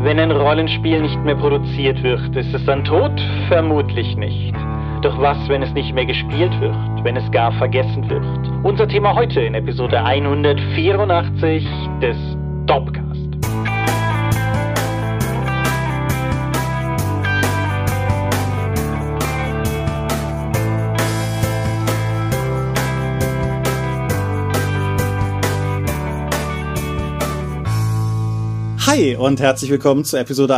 Wenn ein Rollenspiel nicht mehr produziert wird, ist es dann tot? Vermutlich nicht. Doch was, wenn es nicht mehr gespielt wird, wenn es gar vergessen wird? Unser Thema heute in Episode 184 des Dorpcast. Hi und herzlich willkommen zur Episode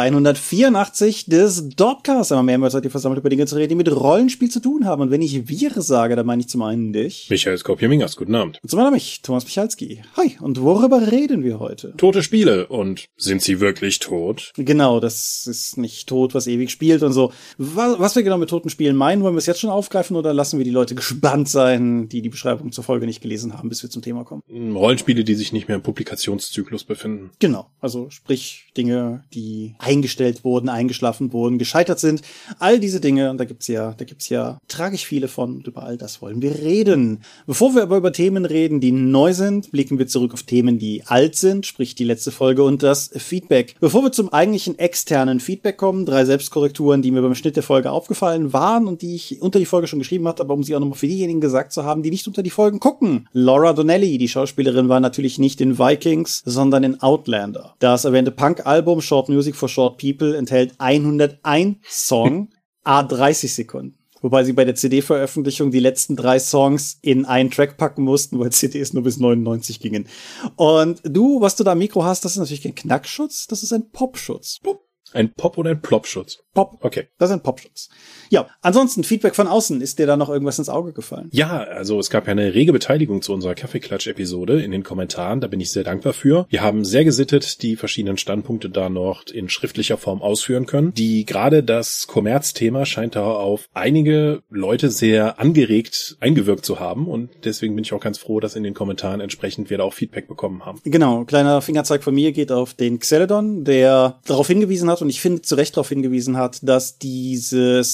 184 des Dorpcast. Einmal mehrmals seid ihr versammelt, über Dinge zu reden, die mit Rollenspiel zu tun haben. Und wenn ich wir sage, dann meine ich zum einen dich, Michael Skopje-Mingers, guten Abend. Und zum anderen mich, Thomas Michalski. Hi, und worüber reden wir heute? Tote Spiele. Und sind sie wirklich tot? Genau, das ist nicht tot, was ewig spielt und so. Was wir genau mit toten Spielen meinen, wollen wir es jetzt schon aufgreifen oder lassen wir die Leute gespannt sein, die die Beschreibung zur Folge nicht gelesen haben, bis wir zum Thema kommen? Rollenspiele, die sich nicht mehr im Publikationszyklus befinden. Genau, also sprich Dinge, die eingestellt wurden, eingeschlafen wurden, gescheitert sind. All diese Dinge, und da gibt's ja tragisch viele von, und über all das wollen wir reden. Bevor wir aber über Themen reden, die neu sind, blicken wir zurück auf Themen, die alt sind, sprich die letzte Folge und das Feedback. Bevor wir zum eigentlichen externen Feedback kommen, 3 Selbstkorrekturen, die mir beim Schnitt der Folge aufgefallen waren und die ich unter die Folge schon geschrieben hatte, aber um sie auch nochmal für diejenigen gesagt zu haben, die nicht unter die Folgen gucken. Laura Donnelly, die Schauspielerin, war natürlich nicht in Vikings, sondern in Outlander. Das erwähnte Punk-Album Short Music for Short People enthält 101 Song, ×30 Sekunden. Wobei sie bei der CD-Veröffentlichung die letzten 3 Songs in einen Track packen mussten, weil CDs nur bis 99 gingen. Und du, was du da am Mikro hast, das ist natürlich kein Knackschutz, das ist ein Popschutz. Ein Pop- oder ein Plopschutz? Pop. Okay. Das ist ein Popschutz. Ja, ansonsten Feedback von außen. Ist dir da noch irgendwas ins Auge gefallen? Ja, also es gab ja eine rege Beteiligung zu unserer Kaffeeklatsch-Episode in den Kommentaren. Da bin ich sehr dankbar für. Wir haben sehr gesittet die verschiedenen Standpunkte da noch in schriftlicher Form ausführen können. Gerade das Kommerzthema scheint da auf einige Leute sehr angeregt eingewirkt zu haben. Und deswegen bin ich auch ganz froh, dass in den Kommentaren entsprechend wir da auch Feedback bekommen haben. Genau, kleiner Fingerzeig von mir geht auf den Xeledon, der darauf hingewiesen hat, und ich finde zu Recht darauf hingewiesen hat, dass diese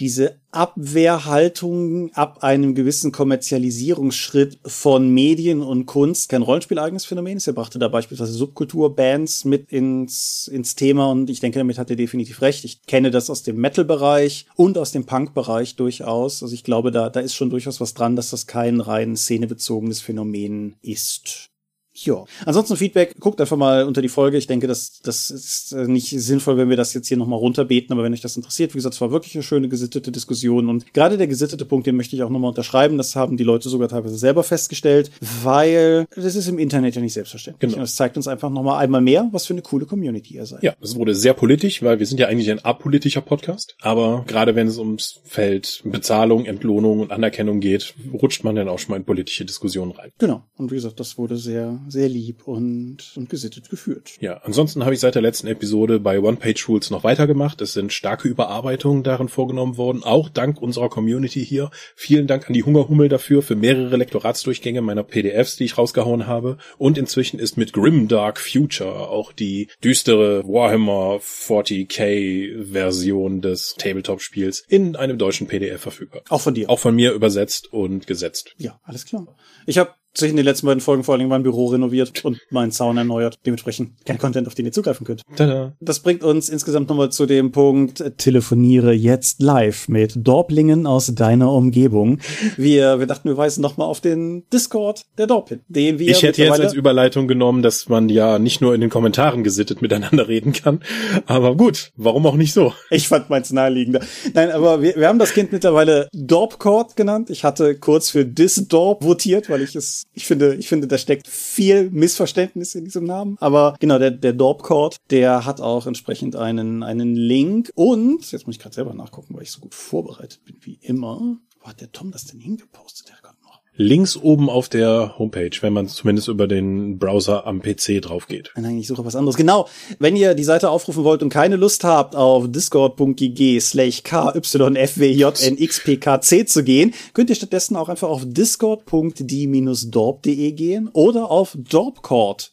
Abwehrhaltung ab einem gewissen Kommerzialisierungsschritt von Medien und Kunst kein rollenspieleigenes Phänomen ist. Er brachte da beispielsweise Subkulturbands mit ins Thema und ich denke, damit hat er definitiv recht. Ich kenne das aus dem Metal-Bereich und aus dem Punk-Bereich durchaus. Also ich glaube, da ist schon durchaus was dran, dass das kein rein szenebezogenes Phänomen ist. Ja. Ansonsten Feedback, guckt einfach mal unter die Folge. Ich denke, das ist nicht sinnvoll, wenn wir das jetzt hier nochmal runterbeten, aber wenn euch das interessiert, wie gesagt, es war wirklich eine schöne gesittete Diskussion und gerade der gesittete Punkt, den möchte ich auch nochmal unterschreiben, das haben die Leute sogar teilweise selber festgestellt, weil das ist im Internet ja nicht selbstverständlich. Genau. Und es zeigt uns einfach nochmal einmal mehr, was für eine coole Community ihr seid. Ja, es wurde sehr politisch, weil wir sind ja eigentlich ein apolitischer Podcast, aber gerade wenn es ums Feld Bezahlung, Entlohnung und Anerkennung geht, rutscht man dann auch schon mal in politische Diskussionen rein. Genau. Und wie gesagt, das wurde sehr, sehr lieb und gesittet geführt. Ja, ansonsten habe ich seit der letzten Episode bei One-Page-Rules noch weitergemacht. Es sind starke Überarbeitungen darin vorgenommen worden, auch dank unserer Community hier. Vielen Dank an die Hungerhummel dafür, für mehrere Lektoratsdurchgänge meiner PDFs, die ich rausgehauen habe. Und inzwischen ist mit Grimdark Future auch die düstere Warhammer 40k-Version des Tabletop-Spiels in einem deutschen PDF verfügbar. Auch von dir. Auch von mir übersetzt und gesetzt. Ja, alles klar. Ich habe zwischen den letzten beiden Folgen vor allem mein Büro renoviert und meinen Sound erneuert. Dementsprechend kein Content, auf den ihr zugreifen könnt. Tada. Das bringt uns insgesamt nochmal zu dem Punkt, telefoniere jetzt live mit Dorplingen aus deiner Umgebung. Wir dachten, wir weisen nochmal auf den Discord der Dorp hin. Ich hätte jetzt als Überleitung genommen, dass man ja nicht nur in den Kommentaren gesittet miteinander reden kann. Aber gut, warum auch nicht so? Ich fand meins naheliegender. Nein, aber wir haben das Kind mittlerweile Dorpcord genannt. Ich hatte kurz für Disdorp votiert, weil ich finde, da steckt viel Missverständnis in diesem Namen. Aber genau, der Dorpcord, der hat auch entsprechend einen Link. Und, jetzt muss ich gerade selber nachgucken, weil ich so gut vorbereitet bin wie immer. Wo hat der Tom das denn hingepostet? Der Gott noch. Links oben auf der Homepage, wenn man zumindest über den Browser am PC drauf geht. Nein, ich suche was anderes. Genau, wenn ihr die Seite aufrufen wollt und keine Lust habt, auf discord.gg/kyfwjnxpkc zu gehen, könnt ihr stattdessen auch einfach auf discord.die-dorp.de gehen oder auf dorpcord,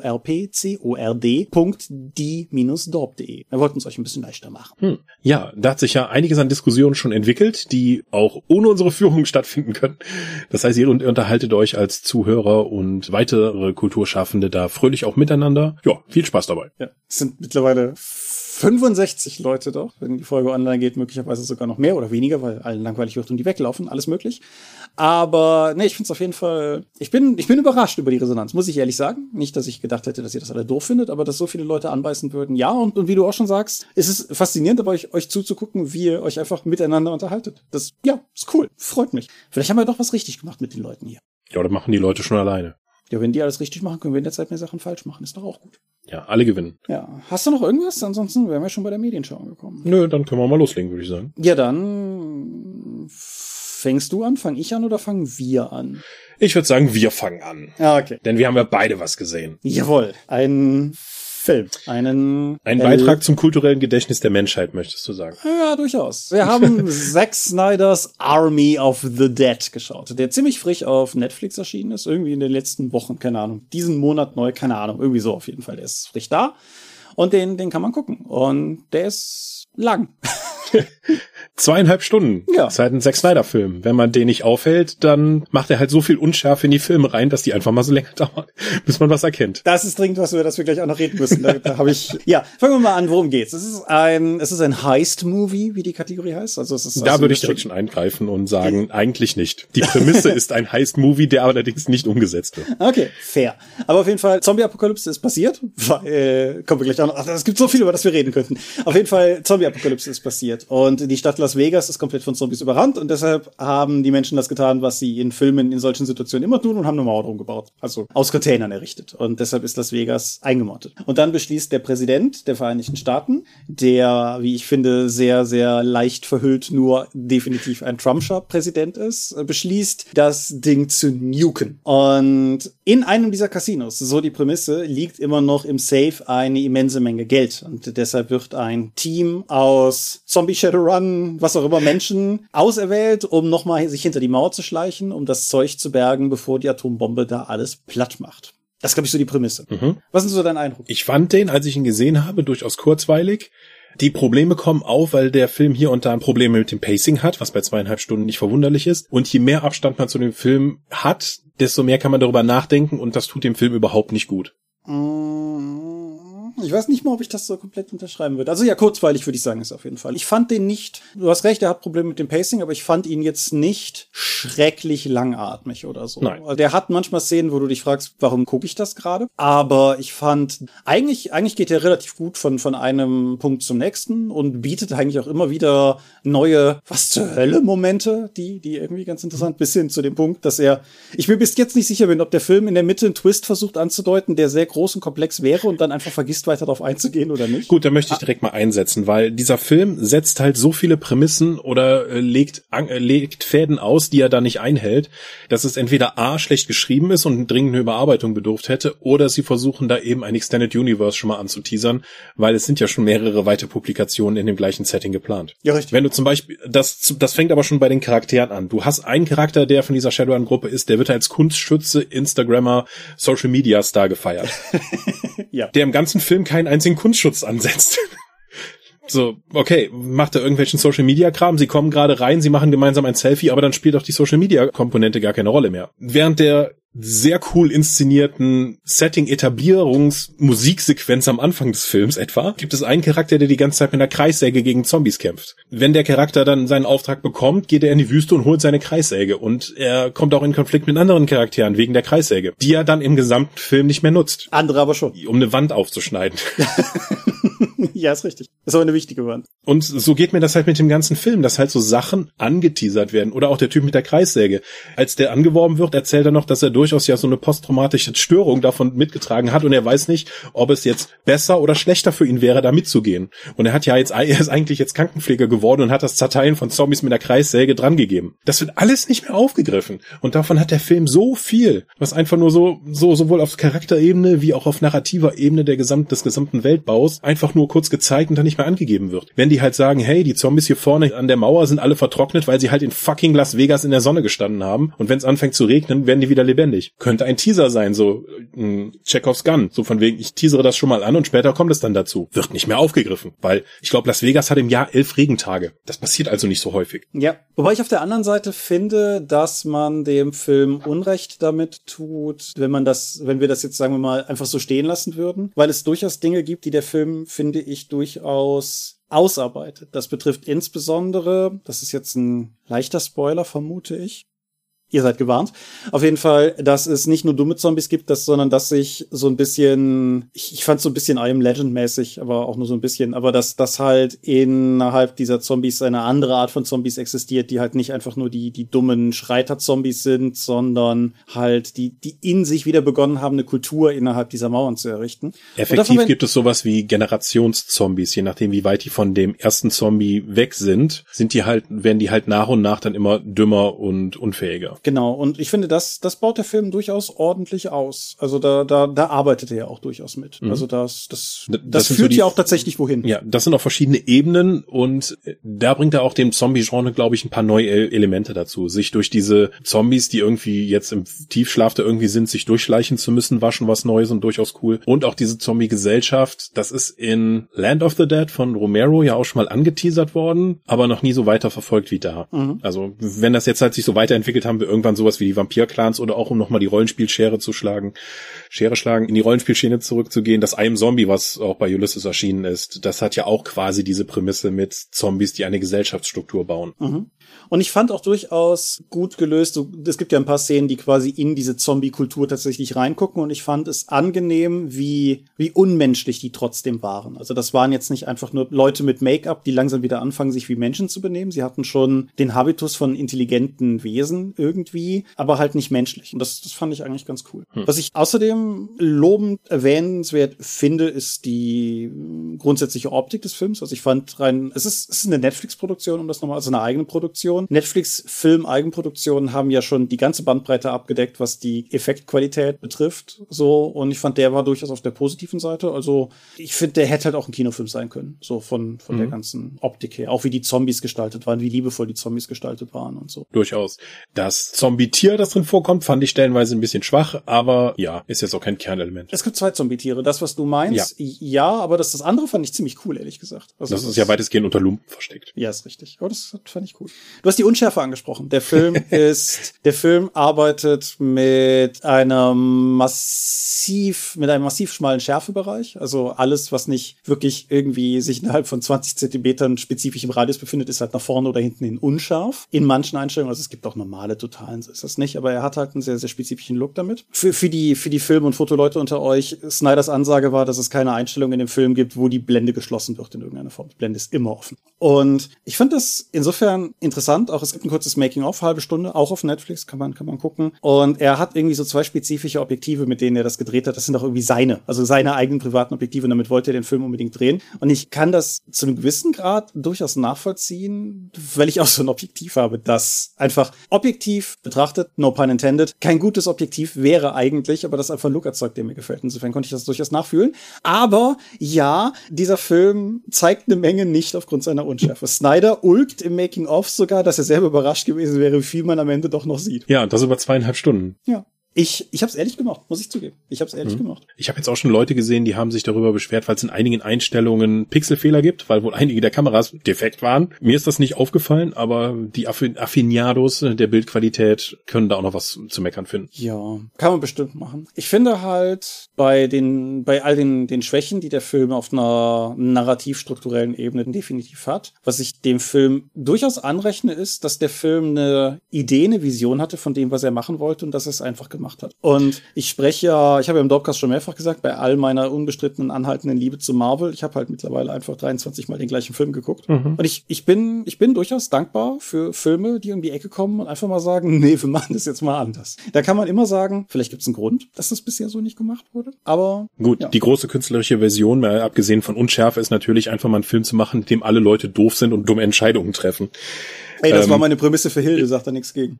dorpcord.die-dorp.de. Wir wollten es euch ein bisschen leichter machen. Ja, da hat sich ja einiges an Diskussionen schon entwickelt, die auch ohne unsere Führung stattfinden können. Das heißt, Hauptquartier und unterhaltet euch als Zuhörer und weitere Kulturschaffende da fröhlich auch miteinander. Ja, viel Spaß dabei. Ja, es sind mittlerweile 65 Leute doch, wenn die Folge online geht, möglicherweise sogar noch mehr oder weniger, weil allen langweilig wird und die weglaufen, alles möglich. Aber ich finde es auf jeden Fall, ich bin überrascht über die Resonanz, muss ich ehrlich sagen. Nicht, dass ich gedacht hätte, dass ihr das alle doof findet, aber dass so viele Leute anbeißen würden. Ja, und wie du auch schon sagst, ist es faszinierend, dabei euch zuzugucken, wie ihr euch einfach miteinander unterhaltet. Das, ja, ist cool, freut mich. Vielleicht haben wir doch was richtig gemacht mit den Leuten hier. Ja, oder machen die Leute schon alleine. Ja, wenn die alles richtig machen, können wir in der Zeit mehr Sachen falsch machen. Ist doch auch gut. Ja, alle gewinnen. Ja. Hast du noch irgendwas? Ansonsten wären wir schon bei der Medienschau angekommen. Nö, dann können wir mal loslegen, würde ich sagen. Ja, dann fängst du an, fang ich an oder fangen wir an? Ich würde sagen, wir fangen an. Ja, okay. Denn wir haben ja beide was gesehen. Jawohl. Ein Film. Ein Beitrag zum kulturellen Gedächtnis der Menschheit, möchtest du sagen? Ja, durchaus. Wir haben Zack Snyders Army of the Dead geschaut, der ziemlich frisch auf Netflix erschienen ist, irgendwie in den letzten Wochen, keine Ahnung, diesen Monat neu, keine Ahnung, irgendwie so auf jeden Fall, der ist frisch da und den kann man gucken und der ist lang. 2,5 Stunden. Ja. Das ist halt ein Zack Snyder-Film. Wenn man den nicht aufhält, dann macht er halt so viel Unschärfe in die Filme rein, dass die einfach mal so länger dauern, bis man was erkennt. Das ist dringend was, über das wir gleich auch noch reden müssen. Da habe ich. Ja, fangen wir mal an, worum geht's? Es ist ein Heist-Movie, wie die Kategorie heißt. Also es ist. Da würde ich direkt schon eingreifen und sagen, eigentlich nicht. Die Prämisse ist ein Heist-Movie, der allerdings nicht umgesetzt wird. Okay, fair. Aber auf jeden Fall, Zombie-Apokalypse ist passiert. Weil, kommen wir gleich auch noch. Ach, es gibt so viel, über das wir reden könnten. Auf jeden Fall, Zombie-Apokalypse ist passiert. Und die Stadt Las Vegas ist komplett von Zombies überrannt und deshalb haben die Menschen das getan, was sie in Filmen in solchen Situationen immer tun und haben eine Mauer drum gebaut. Also aus Containern errichtet. Und deshalb ist Las Vegas eingemottet. Und dann beschließt der Präsident der Vereinigten Staaten, der, wie ich finde, sehr, sehr leicht verhüllt nur definitiv ein Trumpscher Präsident ist, beschließt, das Ding zu nuken. Und in einem dieser Casinos, so die Prämisse, liegt immer noch im Safe eine immense Menge Geld. Und deshalb wird ein Team aus Zombie Shadowrun, was auch immer, Menschen auserwählt, um nochmal sich hinter die Mauer zu schleichen, um das Zeug zu bergen, bevor die Atombombe da alles platt macht. Das ist, glaube ich, so die Prämisse. Mhm. Was ist so dein Eindruck? Ich fand den, als ich ihn gesehen habe, durchaus kurzweilig. Die Probleme kommen auf, weil der Film hier und da Probleme mit dem Pacing hat, was bei 2,5 Stunden nicht verwunderlich ist. Und je mehr Abstand man zu dem Film hat, desto mehr kann man darüber nachdenken und das tut dem Film überhaupt nicht gut. Ich weiß nicht mal, ob ich das so komplett unterschreiben würde. Also ja, kurzweilig würde ich sagen, ist auf jeden Fall. Ich fand den nicht, du hast recht, er hat Probleme mit dem Pacing, aber ich fand ihn jetzt nicht schrecklich langatmig oder so. Nein. Also der hat manchmal Szenen, wo du dich fragst, warum gucke ich das gerade? Aber ich fand, eigentlich geht er relativ gut von einem Punkt zum nächsten und bietet eigentlich auch immer wieder neue, was zur Hölle Momente, die irgendwie ganz interessant, bis hin zu dem Punkt, dass ich mir bis jetzt nicht sicher bin, ob der Film in der Mitte einen Twist versucht anzudeuten, der sehr groß und komplex wäre und dann einfach vergisst, weiter darauf einzugehen oder nicht. Gut, da möchte ich direkt mal einsetzen, weil dieser Film setzt halt so viele Prämissen oder legt Fäden aus, die er da nicht einhält, dass es entweder A, schlecht geschrieben ist und dringend eine Überarbeitung bedurft hätte, oder sie versuchen da eben ein Extended Universe schon mal anzuteasern, weil es sind ja schon mehrere weitere Publikationen in dem gleichen Setting geplant. Ja, richtig. Wenn du zum Beispiel, das fängt aber schon bei den Charakteren an. Du hast einen Charakter, der von dieser Shadowrun-Gruppe ist, der wird als Kunstschütze, Instagrammer, Social-Media-Star gefeiert. Ja. Der im ganzen Film keinen einzigen Kunstschutz ansetzt. So, okay, macht er irgendwelchen Social-Media-Kram, sie kommen gerade rein, sie machen gemeinsam ein Selfie, aber dann spielt auch die Social-Media-Komponente gar keine Rolle mehr. Während der sehr cool inszenierten Setting-Etablierungs-Musiksequenz am Anfang des Films etwa, gibt es einen Charakter, der die ganze Zeit mit einer Kreissäge gegen Zombies kämpft. Wenn der Charakter dann seinen Auftrag bekommt, geht er in die Wüste und holt seine Kreissäge und er kommt auch in Konflikt mit anderen Charakteren wegen der Kreissäge, die er dann im gesamten Film nicht mehr nutzt. Andere aber schon. Um eine Wand aufzuschneiden. Ja, ist richtig. Ist aber eine wichtige Wand. Und so geht mir das halt mit dem ganzen Film, dass halt so Sachen angeteasert werden. Oder auch der Typ mit der Kreissäge. Als der angeworben wird, erzählt er noch, dass er durchaus ja so eine posttraumatische Störung davon mitgetragen hat und er weiß nicht, ob es jetzt besser oder schlechter für ihn wäre, da mitzugehen. Und er ist eigentlich jetzt Krankenpfleger geworden und hat das Zerteilen von Zombies mit der Kreissäge drangegeben. Das wird alles nicht mehr aufgegriffen. Und davon hat der Film so viel, was einfach nur so sowohl auf Charakterebene wie auch auf narrativer Ebene des gesamten Weltbaus einfach nur kurz kurz gezeigt und dann nicht mehr angegeben wird. Wenn die halt sagen, hey, die Zombies hier vorne an der Mauer sind alle vertrocknet, weil sie halt in fucking Las Vegas in der Sonne gestanden haben und wenn es anfängt zu regnen, werden die wieder lebendig. Könnte ein Teaser sein, so Chekhovs Gun, so von wegen, ich teasere das schon mal an und später kommt es dann dazu. Wird nicht mehr aufgegriffen, weil ich glaube, Las Vegas hat im Jahr 11 Regentage. Das passiert also nicht so häufig. Ja, wobei ich auf der anderen Seite finde, dass man dem Film Unrecht damit tut, wenn wir das jetzt, sagen wir mal, einfach so stehen lassen würden, weil es durchaus Dinge gibt, die der Film, finde ich, durchaus ausarbeitet. Das betrifft insbesondere, das ist jetzt ein leichter Spoiler, vermute ich. Ihr seid gewarnt. Auf jeden Fall, dass es nicht nur dumme Zombies gibt, sondern dass sich so ein bisschen, ich fand so ein bisschen I Am Legend mäßig, aber auch nur so ein bisschen, aber dass halt innerhalb dieser Zombies eine andere Art von Zombies existiert, die halt nicht einfach nur die dummen Schreiter-Zombies sind, sondern halt die in sich wieder begonnen haben, eine Kultur innerhalb dieser Mauern zu errichten. Effektiv gibt es sowas wie Generationszombies, je nachdem, wie weit die von dem ersten Zombie weg sind, werden die halt nach und nach dann immer dümmer und unfähiger. Genau, und ich finde, das baut der Film durchaus ordentlich aus. Also da arbeitet er ja auch durchaus mit. Also das führt ja auch tatsächlich wohin. Ja, das sind auch verschiedene Ebenen und da bringt er auch dem Zombie-Genre, glaube ich, ein paar neue Elemente dazu. Sich durch diese Zombies, die irgendwie jetzt im Tiefschlaf da irgendwie sind, sich durchschleichen zu müssen, war schon was Neues und durchaus cool. Und auch diese Zombie-Gesellschaft, das ist in Land of the Dead von Romero ja auch schon mal angeteasert worden, aber noch nie so weiter verfolgt wie da. Also wenn das jetzt halt sich so weiterentwickelt, haben wir irgendwann sowas wie die Vampir-Clans oder auch, um nochmal die Rollenspielschere schlagen, in die Rollenspielschiene zurückzugehen. Das I Am Zombie, was auch bei Ulysses erschienen ist, das hat ja auch quasi diese Prämisse mit Zombies, die eine Gesellschaftsstruktur bauen. Und ich fand auch durchaus gut gelöst, es gibt ja ein paar Szenen, die quasi in diese Zombie-Kultur tatsächlich reingucken und ich fand es angenehm, wie unmenschlich die trotzdem waren. Also das waren jetzt nicht einfach nur Leute mit Make-up, die langsam wieder anfangen, sich wie Menschen zu benehmen. Sie hatten schon den Habitus von intelligenten Wesen irgendwie, aber halt nicht menschlich. Und das fand ich eigentlich ganz cool. Was ich außerdem lobend erwähnenswert finde, ist die grundsätzliche Optik des Films. Also ich fand es ist eine Netflix-Produktion, also eine eigene Produktion. Netflix-Film-Eigenproduktionen haben ja schon die ganze Bandbreite abgedeckt, was die Effektqualität betrifft. So, und ich fand, der war durchaus auf der positiven Seite. Also ich finde, der hätte halt auch ein Kinofilm sein können. So von der ganzen Optik her. Auch wie die Zombies gestaltet waren, wie liebevoll die Zombies gestaltet waren und so. Durchaus. Das Zombie-Tier, das drin vorkommt, fand ich stellenweise ein bisschen schwach, aber ja, ist jetzt auch kein Kernelement. Es gibt 2 Zombie-Tiere. Das, was du meinst, ja, aber das andere fand ich ziemlich cool, ehrlich gesagt. Also das ist ja weitestgehend unter Lumpen versteckt. Ja, ist richtig. Aber das fand ich cool. Du hast die Unschärfe angesprochen. Der Film arbeitet mit einem massiv schmalen Schärfebereich. Also alles, was nicht wirklich irgendwie sich innerhalb von 20 Zentimetern spezifisch im Radius befindet, ist halt nach vorne oder hinten hin unscharf. In manchen Einstellungen, also es gibt auch normale Totalen, so ist das nicht, aber er hat halt einen sehr, sehr spezifischen Look damit. Für die Film- und Fotoleute unter euch, Snyders Ansage war, dass es keine Einstellung in dem Film gibt, wo die Blende geschlossen wird in irgendeiner Form. Die Blende ist immer offen. Und ich finde das insofern interessant. Auch es gibt ein kurzes Making-of, halbe Stunde, auch auf Netflix, kann man gucken. Und er hat irgendwie so 2 spezifische Objektive, mit denen er das gedreht hat. Das sind auch irgendwie seine eigenen privaten Objektive. Und damit wollte er den Film unbedingt drehen. Und ich kann das zu einem gewissen Grad durchaus nachvollziehen, weil ich auch so ein Objektiv habe, das einfach objektiv betrachtet, no pun intended, kein gutes Objektiv wäre eigentlich, aber das einfach ein Look erzeugt, der mir gefällt. Insofern konnte ich das durchaus nachfühlen. Aber ja, dieser Film zeigt eine Menge nicht aufgrund seiner Unschärfe. Snyder ulkt im Making-of sogar, dass er selber überrascht gewesen wäre, wie viel man am Ende doch noch sieht. Ja, das über 2,5 Stunden. Ja. Ich hab's ehrlich gemacht, muss ich zugeben. Ich hab's ehrlich gemacht. Ich habe jetzt auch schon Leute gesehen, die haben sich darüber beschwert, weil es in einigen Einstellungen Pixelfehler gibt, weil wohl einige der Kameras defekt waren. Mir ist das nicht aufgefallen, aber die Affiniados der Bildqualität können da auch noch was zu meckern finden. Ja, kann man bestimmt machen. Ich finde halt, bei all den Schwächen, die der Film auf einer narrativ-strukturellen Ebene definitiv hat, was ich dem Film durchaus anrechne, ist, dass der Film eine Idee, eine Vision hatte von dem, was er machen wollte und dass er es einfach gemacht hat. Und ich habe ja im Dropcast schon mehrfach gesagt, bei all meiner unbestrittenen anhaltenden Liebe zu Marvel, ich habe halt mittlerweile einfach 23 Mal den gleichen Film geguckt. Und ich bin durchaus dankbar für Filme, die um die Ecke kommen und einfach mal sagen, nee, wir machen das jetzt mal anders. Da kann man immer sagen, vielleicht gibt es einen Grund, dass das bisher so nicht gemacht wurde, aber gut, ja. Die große künstlerische Version, mal abgesehen von Unschärfe, ist natürlich einfach mal einen Film zu machen, in dem alle Leute doof sind und dumme Entscheidungen treffen. Ey, das war meine Prämisse für Hilde, sagt da nichts gegen.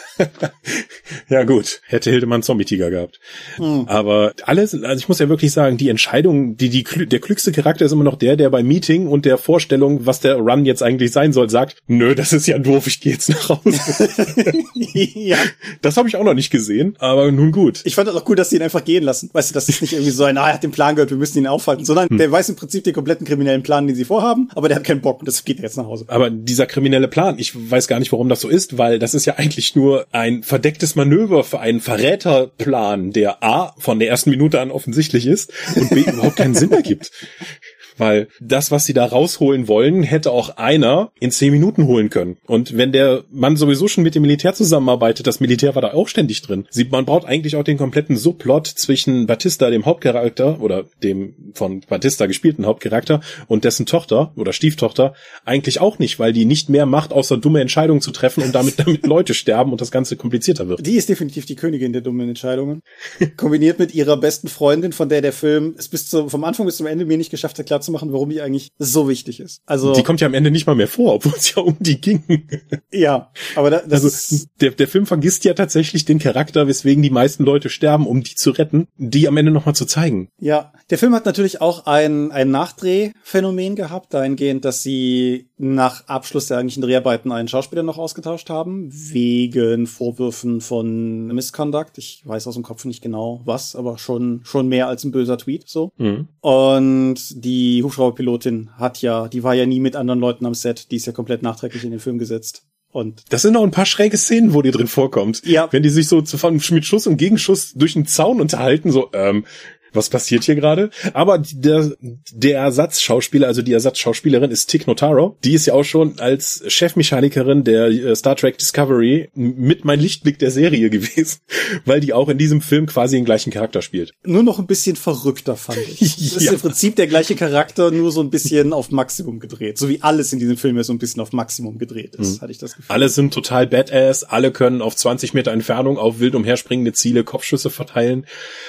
Ja gut, hätte Hilde mal einen Zombie-Tiger gehabt. Aber alles, also ich muss ja wirklich sagen, die Entscheidung, der klügste Charakter ist immer noch der beim Meeting und der Vorstellung, was der Run jetzt eigentlich sein soll, sagt, nö, das ist ja doof, ich gehe jetzt nach Hause. Ja. Das habe ich auch noch nicht gesehen, aber nun gut. Ich fand das auch cool, dass sie ihn einfach gehen lassen. Weißt du, das ist nicht irgendwie so er hat den Plan gehört, wir müssen ihn aufhalten, sondern der weiß im Prinzip den kompletten kriminellen Plan, den sie vorhaben, aber der hat keinen Bock und das geht jetzt nach Hause. Aber dieser kriminelle Plan, ich weiß gar nicht, warum das so ist, weil das ist ja eigentlich nur ein verdecktes Manöver für einen Verräterplan, der A, von der ersten Minute an offensichtlich ist und B, überhaupt keinen Sinn ergibt. Weil das, was sie da rausholen wollen, hätte auch einer in 10 Minuten holen können. Und wenn der Mann sowieso schon mit dem Militär zusammenarbeitet, das Militär war da auch ständig drin. Man braucht eigentlich auch den kompletten Subplot zwischen Batista, dem Hauptcharakter, oder dem von Batista gespielten Hauptcharakter, und dessen Tochter oder Stieftochter eigentlich auch nicht, weil die nicht mehr macht, außer dumme Entscheidungen zu treffen und damit Leute sterben und das Ganze komplizierter wird. Die ist definitiv die Königin der dummen Entscheidungen. Kombiniert mit ihrer besten Freundin, von der Film es vom Anfang bis zum Ende mir nicht geschafft hat, klar zu machen, warum die eigentlich so wichtig ist. Also die kommt ja am Ende nicht mal mehr vor, obwohl es ja um die ging. Ja, aber das ist der Film vergisst ja tatsächlich den Charakter, weswegen die meisten Leute sterben, um die zu retten, die am Ende nochmal zu zeigen. Ja, der Film hat natürlich auch ein Nachdrehphänomen gehabt, dahingehend, dass sie nach Abschluss der eigentlichen Dreharbeiten einen Schauspieler noch ausgetauscht haben, wegen Vorwürfen von Misconduct. Ich weiß aus dem Kopf nicht genau was, aber schon mehr als ein böser Tweet, so. Und die Hubschrauberpilotin die war ja nie mit anderen Leuten am Set, die ist ja komplett nachträglich in den Film gesetzt. Und das sind auch ein paar schräge Szenen, wo die drin vorkommt. Ja. Wenn die sich so mit Schuss und Gegenschuss durch den Zaun unterhalten, so, was passiert hier gerade? Aber der Ersatzschauspieler, also die Ersatzschauspielerin ist Tig Notaro. Die ist ja auch schon als Chefmechanikerin der Star Trek Discovery mit mein Lichtblick der Serie gewesen, weil die auch in diesem Film quasi den gleichen Charakter spielt. Nur noch ein bisschen verrückter, fand ich. Das ist im Prinzip der gleiche Charakter, nur so ein bisschen auf Maximum gedreht. So wie alles in diesem Film ja so ein bisschen auf Maximum gedreht ist, hatte ich das Gefühl. Alle sind total badass, alle können auf 20 Meter Entfernung auf wild umherspringende Ziele Kopfschüsse verteilen.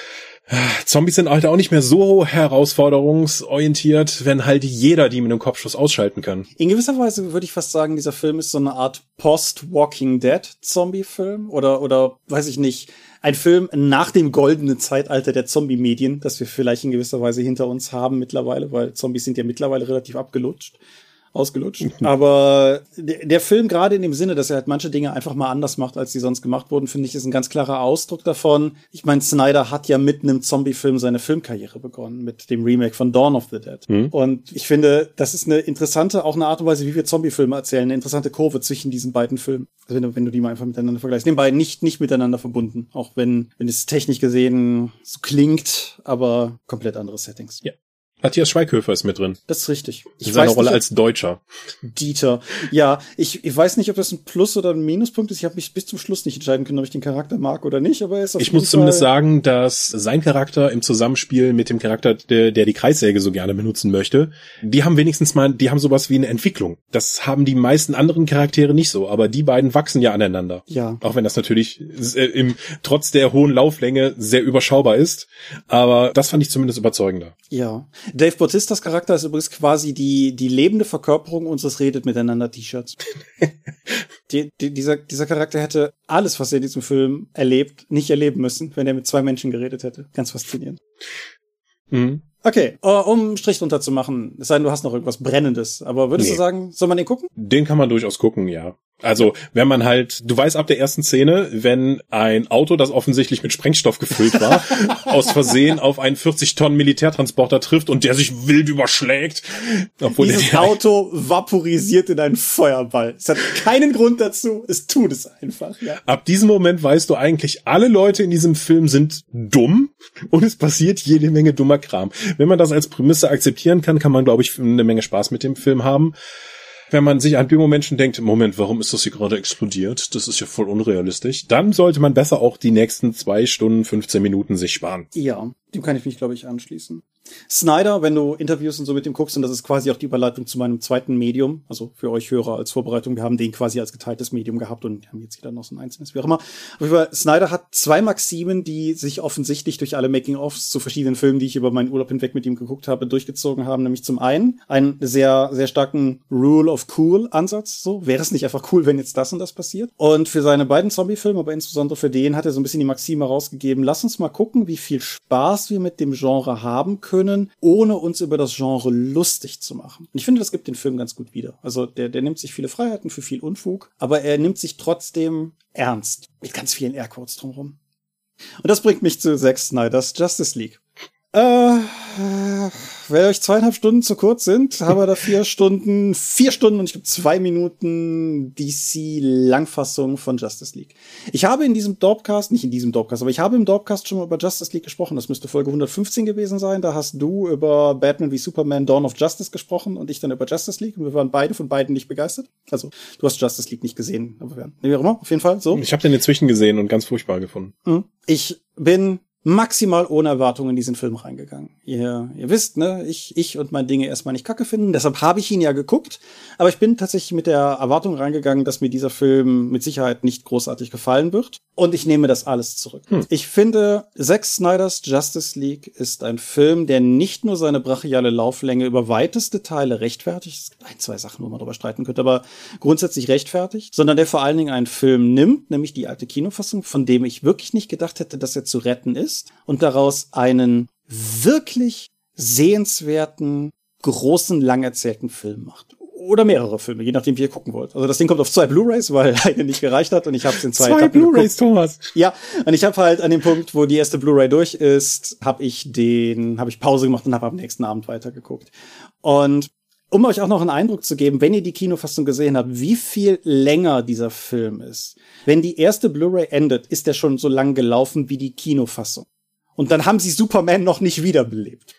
Zombies sind halt auch nicht mehr so herausforderungsorientiert, wenn halt jeder die mit einem Kopfschuss ausschalten kann. In gewisser Weise würde ich fast sagen, dieser Film ist so eine Art Post-Walking Dead-Zombie-Film oder weiß ich nicht, ein Film nach dem goldenen Zeitalter der Zombie-Medien, das wir vielleicht in gewisser Weise hinter uns haben mittlerweile, weil Zombies sind ja mittlerweile relativ ausgelutscht. Aber der Film, gerade in dem Sinne, dass er halt manche Dinge einfach mal anders macht, als die sonst gemacht wurden, finde ich, ist ein ganz klarer Ausdruck davon. Ich meine, Snyder hat ja mit einem Zombie-Film seine Filmkarriere begonnen, mit dem Remake von Dawn of the Dead. Und ich finde, das ist eine interessante, auch eine Art und Weise, wie wir Zombie-Filme erzählen, eine interessante Kurve zwischen diesen beiden Filmen. Also wenn du die mal einfach miteinander vergleichst. Den beiden nicht miteinander verbunden, auch wenn es technisch gesehen so klingt, aber komplett andere Settings. Ja. Matthias Schweighöfer ist mit drin. Das ist richtig. In seiner Rolle als Deutscher. Dieter. Ja, ich weiß nicht, ob das ein Plus- oder ein Minuspunkt ist. Ich habe mich bis zum Schluss nicht entscheiden können, ob ich den Charakter mag oder nicht, aber er ist auf jeden Fall. Ich muss zumindest sagen, dass sein Charakter im Zusammenspiel mit dem Charakter, der die Kreissäge so gerne benutzen möchte, die haben sowas wie eine Entwicklung. Das haben die meisten anderen Charaktere nicht so, aber die beiden wachsen ja aneinander. Ja. Auch wenn das natürlich trotz der hohen Lauflänge sehr überschaubar ist, aber das fand ich zumindest überzeugender. Ja. Dave Bautistas Charakter ist übrigens quasi die lebende Verkörperung unseres Redet miteinander T-Shirts. Dieser Charakter hätte alles, was er in diesem Film erlebt, nicht erleben müssen, wenn er mit 2 Menschen geredet hätte. Ganz faszinierend. Okay, um einen Strich drunter zu machen, es sei denn, du hast noch irgendwas Brennendes, aber würdest du sagen, soll man den gucken? Den kann man durchaus gucken, ja. Also, wenn man halt, du weißt ab der ersten Szene, wenn ein Auto, das offensichtlich mit Sprengstoff gefüllt war, aus Versehen auf einen 40-Tonnen Militärtransporter trifft und der sich wild überschlägt. Obwohl dieses Auto vaporisiert in einen Feuerball. Es hat keinen Grund dazu, es tut es einfach, ja. Ab diesem Moment weißt du eigentlich, alle Leute in diesem Film sind dumm und es passiert jede Menge dummer Kram. Wenn man das als Prämisse akzeptieren kann, kann man, glaube ich, eine Menge Spaß mit dem Film haben. Wenn man sich an dem Moment schon denkt, Moment, warum ist das hier gerade explodiert? Das ist ja voll unrealistisch. Dann sollte man besser auch die nächsten 2 Stunden, 15 Minuten sich sparen. Ja. Dem kann ich mich, glaube ich, anschließen. Snyder, wenn du Interviews und so mit ihm guckst, und das ist quasi auch die Überleitung zu meinem zweiten Medium, also für euch Hörer als Vorbereitung, wir haben den quasi als geteiltes Medium gehabt und haben jetzt jeder noch so ein einzelnes, wie auch immer. Aber Snyder hat 2 Maximen, die sich offensichtlich durch alle Making-ofs zu verschiedenen Filmen, die ich über meinen Urlaub hinweg mit ihm geguckt habe, durchgezogen haben. Nämlich zum einen einen sehr, sehr starken Rule of Cool-Ansatz. So, wäre es nicht einfach cool, wenn jetzt das und das passiert? Und für seine beiden Zombie-Filme, aber insbesondere für den, hat er so ein bisschen die Maxime rausgegeben, lass uns mal gucken, wie viel Spaß wir mit dem Genre haben können, ohne uns über das Genre lustig zu machen. Und ich finde, das gibt den Film ganz gut wieder. Also der nimmt sich viele Freiheiten für viel Unfug, aber er nimmt sich trotzdem ernst. Mit ganz vielen Airquotes drumherum. Und das bringt mich zu Zack Snyders Justice League. Wenn euch 2,5 Stunden zu kurz sind, haben wir da 4 Stunden und ich glaube 2 Minuten DC-Langfassung von Justice League. Ich habe in diesem Dorpcast, nicht in diesem Dorpcast, aber ich habe im Dorpcast schon mal über Justice League gesprochen. Das müsste Folge 115 gewesen sein. Da hast du über Batman wie Superman Dawn of Justice gesprochen und ich dann über Justice League. Und wir waren beide von beiden nicht begeistert. Also, du hast Justice League nicht gesehen, aber wir wie auch immer, auf jeden Fall, so. Ich habe den inzwischen gesehen und ganz furchtbar gefunden. Ich bin maximal ohne Erwartungen in diesen Film reingegangen. Ihr wisst, ne, ich und mein Dinge erstmal nicht kacke finden, deshalb habe ich ihn ja geguckt, aber ich bin tatsächlich mit der Erwartung reingegangen, dass mir dieser Film mit Sicherheit nicht großartig gefallen wird und ich nehme das alles zurück. Ich finde, Zack Snyders Justice League ist ein Film, der nicht nur seine brachiale Lauflänge über weiteste Teile rechtfertigt, es gibt 1, 2 Sachen, wo man drüber streiten könnte, aber grundsätzlich rechtfertigt, sondern der vor allen Dingen einen Film nimmt, nämlich die alte Kinofassung, von dem ich wirklich nicht gedacht hätte, dass er zu retten ist, und daraus einen wirklich sehenswerten, großen, lang erzählten Film macht. Oder mehrere Filme, je nachdem, wie ihr gucken wollt. Also das Ding kommt auf 2 Blu-rays, weil eine nicht gereicht hat und ich habe es in 2 Etappen Blu-rays, geguckt. Thomas. Ja, und ich habe halt an dem Punkt, wo die erste Blu-ray durch ist, habe ich Pause gemacht und habe am nächsten Abend weitergeguckt. Und um euch auch noch einen Eindruck zu geben, wenn ihr die Kinofassung gesehen habt, wie viel länger dieser Film ist. Wenn die erste Blu-ray endet, ist der schon so lang gelaufen wie die Kinofassung. Und dann haben sie Superman noch nicht wiederbelebt.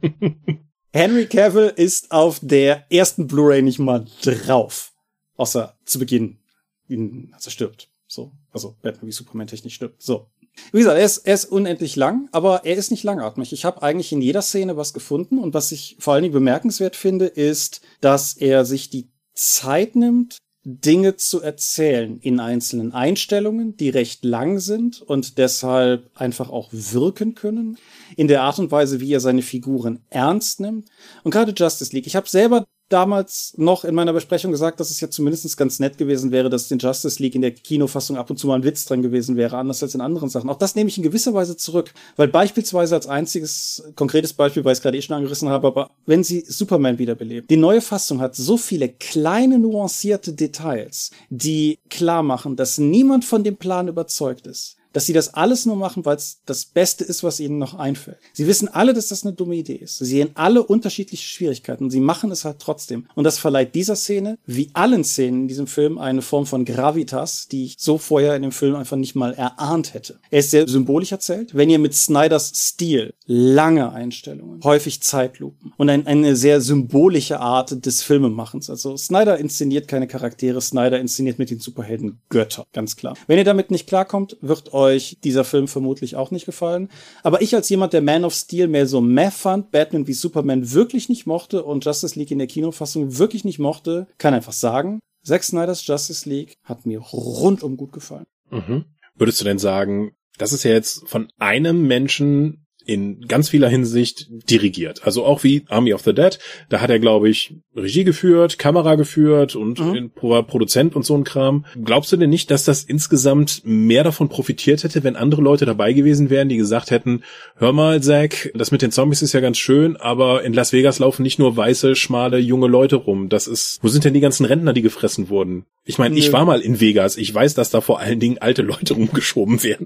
Henry Cavill ist auf der ersten Blu-ray nicht mal drauf. Außer zu Beginn, als er stirbt. So, also Batman wie Superman technisch stirbt. So. Wie gesagt, er ist unendlich lang, aber er ist nicht langatmig. Ich habe eigentlich in jeder Szene was gefunden und was ich vor allen Dingen bemerkenswert finde, ist, dass er sich die Zeit nimmt, Dinge zu erzählen in einzelnen Einstellungen, die recht lang sind und deshalb einfach auch wirken können, in der Art und Weise, wie er seine Figuren ernst nimmt. Und gerade Justice League, ich habe selber damals noch in meiner Besprechung gesagt, dass es ja zumindest ganz nett gewesen wäre, dass in Justice League in der Kinofassung ab und zu mal ein Witz drin gewesen wäre, anders als in anderen Sachen. Auch das nehme ich in gewisser Weise zurück, weil beispielsweise als einziges konkretes Beispiel, weil ich es gerade schon angerissen habe, aber wenn sie Superman wiederbelebt, die neue Fassung hat so viele kleine nuancierte Details, die klar machen, dass niemand von dem Plan überzeugt ist, dass sie das alles nur machen, weil es das Beste ist, was ihnen noch einfällt. Sie wissen alle, dass das eine dumme Idee ist. Sie sehen alle unterschiedliche Schwierigkeiten und sie machen es halt trotzdem. Und das verleiht dieser Szene, wie allen Szenen in diesem Film, eine Form von Gravitas, die ich so vorher in dem Film einfach nicht mal erahnt hätte. Er ist sehr symbolisch erzählt. Wenn ihr mit Snyders Stil, lange Einstellungen, häufig Zeitlupen und eine sehr symbolische Art des Filmemachens. Also Snyder inszeniert keine Charaktere, Snyder inszeniert mit den Superhelden Götter, ganz klar. Wenn ihr damit nicht klarkommt, wird euch dieser Film vermutlich auch nicht gefallen. Aber ich als jemand, der Man of Steel mehr so meh fand, Batman wie Superman wirklich nicht mochte und Justice League in der Kinofassung wirklich nicht mochte, kann einfach sagen, Zack Snyders Justice League hat mir rundum gut gefallen. Mhm. Würdest du denn sagen, das ist ja jetzt von einem Menschen in ganz vieler Hinsicht dirigiert. Also auch wie Army of the Dead. Da hat er, glaube ich, Regie geführt, Kamera geführt und Produzent und so ein Kram. Glaubst du denn nicht, dass das insgesamt mehr davon profitiert hätte, wenn andere Leute dabei gewesen wären, die gesagt hätten, hör mal, Zack, das mit den Zombies ist ja ganz schön, aber in Las Vegas laufen nicht nur weiße, schmale, junge Leute rum. Wo sind denn die ganzen Rentner, die gefressen wurden? Ich meine, ich war mal in Vegas. Ich weiß, dass da vor allen Dingen alte Leute rumgeschoben werden.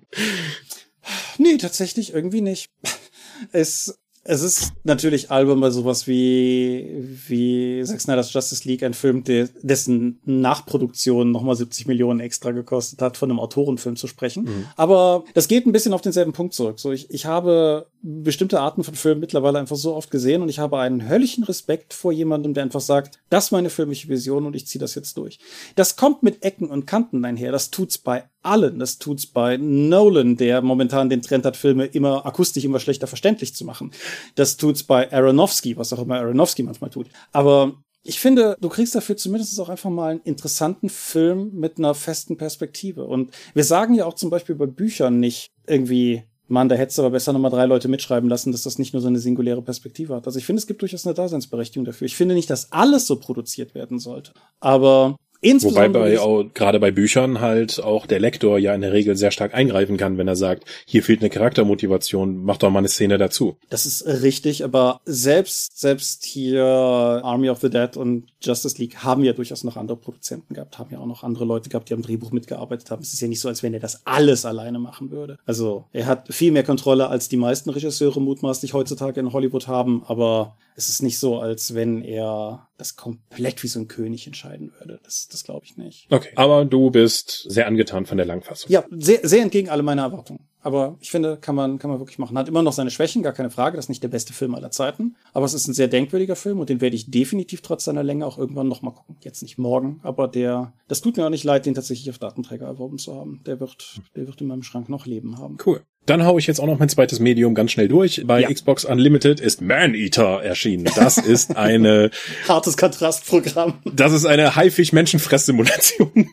Nee, tatsächlich irgendwie nicht. Es ist natürlich albern bei sowas wie Zack Snyders Justice League, ein Film, dessen Nachproduktion nochmal 70 Millionen extra gekostet hat, von einem Autorenfilm zu sprechen. Mhm. Aber das geht ein bisschen auf denselben Punkt zurück. So, ich habe bestimmte Arten von Filmen mittlerweile einfach so oft gesehen und ich habe einen höllischen Respekt vor jemandem, der einfach sagt, das ist meine filmische Vision und ich ziehe das jetzt durch. Das kommt mit Ecken und Kanten einher. Das tut's bei allen. Das tut's bei Nolan, der momentan den Trend hat, Filme immer akustisch immer schlechter verständlich zu machen. Das tut's bei Aronofsky, was auch immer Aronofsky manchmal tut. Aber ich finde, du kriegst dafür zumindest auch einfach mal einen interessanten Film mit einer festen Perspektive. Und wir sagen ja auch zum Beispiel bei Büchern nicht irgendwie, Mann, da hättest du aber besser nochmal 3 Leute mitschreiben lassen, dass das nicht nur so eine singuläre Perspektive hat. Also ich finde, es gibt durchaus eine Daseinsberechtigung dafür. Ich finde nicht, dass alles so produziert werden sollte. Aber wobei gerade bei Büchern halt auch der Lektor ja in der Regel sehr stark eingreifen kann, wenn er sagt, hier fehlt eine Charaktermotivation, mach doch mal eine Szene dazu. Das ist richtig, aber selbst hier Army of the Dead und Justice League haben ja durchaus noch andere Produzenten gehabt, haben ja auch noch andere Leute gehabt, die am Drehbuch mitgearbeitet haben. Es ist ja nicht so, als wenn er das alles alleine machen würde. Also er hat viel mehr Kontrolle, als die meisten Regisseure mutmaßlich heutzutage in Hollywood haben, aber es ist nicht so, als wenn er das komplett wie so ein König entscheiden würde. Das glaube ich nicht. Okay, aber du bist sehr angetan von der Langfassung. Ja, sehr, sehr entgegen alle meiner Erwartungen. Aber ich finde, kann man wirklich machen. Hat immer noch seine Schwächen, gar keine Frage. Das ist nicht der beste Film aller Zeiten. Aber es ist ein sehr denkwürdiger Film und den werde ich definitiv trotz seiner Länge auch irgendwann noch mal gucken. Jetzt nicht morgen, aber das tut mir auch nicht leid, den tatsächlich auf Datenträger erworben zu haben. Der wird in meinem Schrank noch Leben haben. Cool. Dann hau ich jetzt auch noch mein zweites Medium ganz schnell durch. Bei Xbox Unlimited ist Man-Eater erschienen. Das ist eine hartes Kontrastprogramm. Das ist eine Haifisch-Menschenfress-Simulation.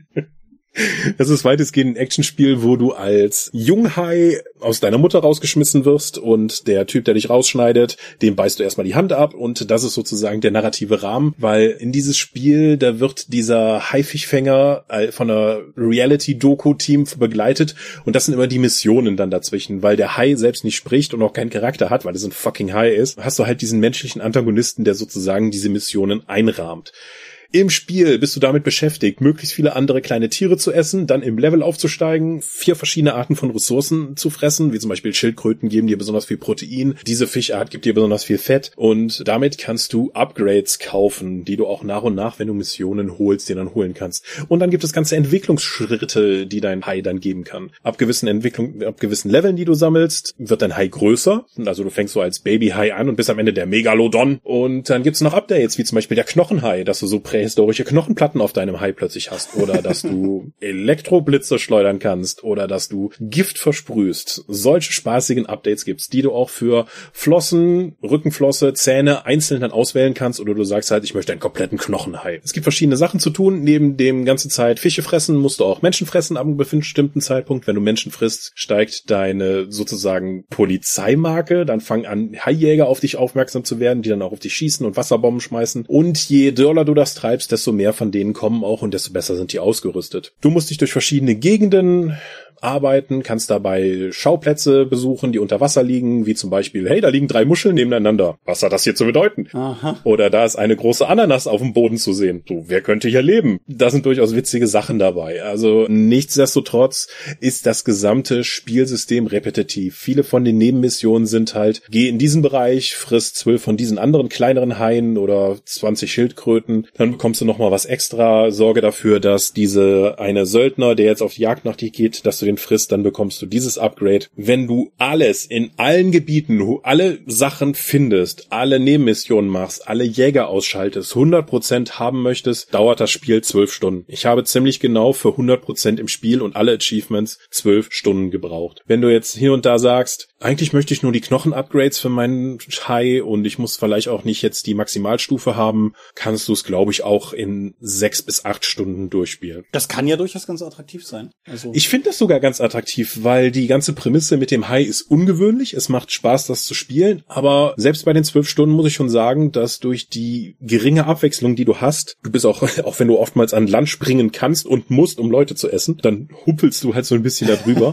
Das ist weitestgehend ein Actionspiel, wo du als Junghai aus deiner Mutter rausgeschmissen wirst und der Typ, der dich rausschneidet, dem beißt du erstmal die Hand ab und das ist sozusagen der narrative Rahmen, weil in dieses Spiel, da wird dieser Haifischfänger von einer Reality-Doku-Team begleitet und das sind immer die Missionen dann dazwischen, weil der Hai selbst nicht spricht und auch keinen Charakter hat, weil es ein fucking Hai ist, hast du halt diesen menschlichen Antagonisten, der sozusagen diese Missionen einrahmt. Im Spiel bist du damit beschäftigt, möglichst viele andere kleine Tiere zu essen, dann im Level aufzusteigen, 4 verschiedene Arten von Ressourcen zu fressen, wie zum Beispiel Schildkröten geben dir besonders viel Protein, diese Fischart gibt dir besonders viel Fett und damit kannst du Upgrades kaufen, die du auch nach und nach, wenn du Missionen holst, dir dann holen kannst. Und dann gibt es ganze Entwicklungsschritte, die dein Hai dann geben kann. Ab gewissen Leveln, die du sammelst, wird dein Hai größer, also du fängst so als Baby-Hai an und bist am Ende der Megalodon und dann gibt's noch Updates, wie zum Beispiel der Knochenhai, dass du so prähistorische Knochenplatten auf deinem Hai plötzlich hast oder dass du Elektroblitze schleudern kannst oder dass du Gift versprühst. Solche spaßigen Updates gibt's, die du auch für Flossen, Rückenflosse, Zähne einzeln dann auswählen kannst oder du sagst halt, ich möchte einen kompletten Knochenhai. Es gibt verschiedene Sachen zu tun. Neben dem ganze Zeit Fische fressen, musst du auch Menschen fressen ab einem bestimmten Zeitpunkt. Wenn du Menschen frisst, steigt deine sozusagen Polizeimarke. Dann fangen an, Haijäger auf dich aufmerksam zu werden, die dann auch auf dich schießen und Wasserbomben schmeißen. Und je doller du das treibst, desto mehr von denen kommen auch und desto besser sind die ausgerüstet. Du musst dich durch verschiedene Gegenden arbeiten, kannst dabei Schauplätze besuchen, die unter Wasser liegen, wie zum Beispiel, hey, da liegen 3 Muscheln nebeneinander. Was hat das hier zu bedeuten? Aha. Oder da ist eine große Ananas auf dem Boden zu sehen. So, wer könnte hier leben? Da sind durchaus witzige Sachen dabei. Also nichtsdestotrotz ist das gesamte Spielsystem repetitiv. Viele von den Nebenmissionen sind halt, geh in diesen Bereich, friss 12 von diesen anderen kleineren Haien oder 20 Schildkröten, dann bekommst du nochmal was extra, sorge dafür, dass eine Söldner, der jetzt auf die Jagd nach dir geht, dass du den frisst, dann bekommst du dieses Upgrade. Wenn du alles in allen Gebieten, alle Sachen findest, alle Nebenmissionen machst, alle Jäger ausschaltest, 100% haben möchtest, dauert das Spiel 12 Stunden. Ich habe ziemlich genau für 100% im Spiel und alle Achievements 12 Stunden gebraucht. Wenn du jetzt hier und da sagst, eigentlich möchte ich nur die Knochen-Upgrades für meinen Hai und ich muss vielleicht auch nicht jetzt die Maximalstufe haben, kannst du es, glaube ich, auch in 6 bis 8 Stunden durchspielen. Das kann ja durchaus ganz attraktiv sein. Also ich finde das sogar ganz attraktiv, weil die ganze Prämisse mit dem Hai ist ungewöhnlich. Es macht Spaß, das zu spielen, aber selbst bei den 12 Stunden muss ich schon sagen, dass durch die geringe Abwechslung, die du hast, du bist auch wenn du oftmals an Land springen kannst und musst, um Leute zu essen, dann huppelst du halt so ein bisschen da drüber.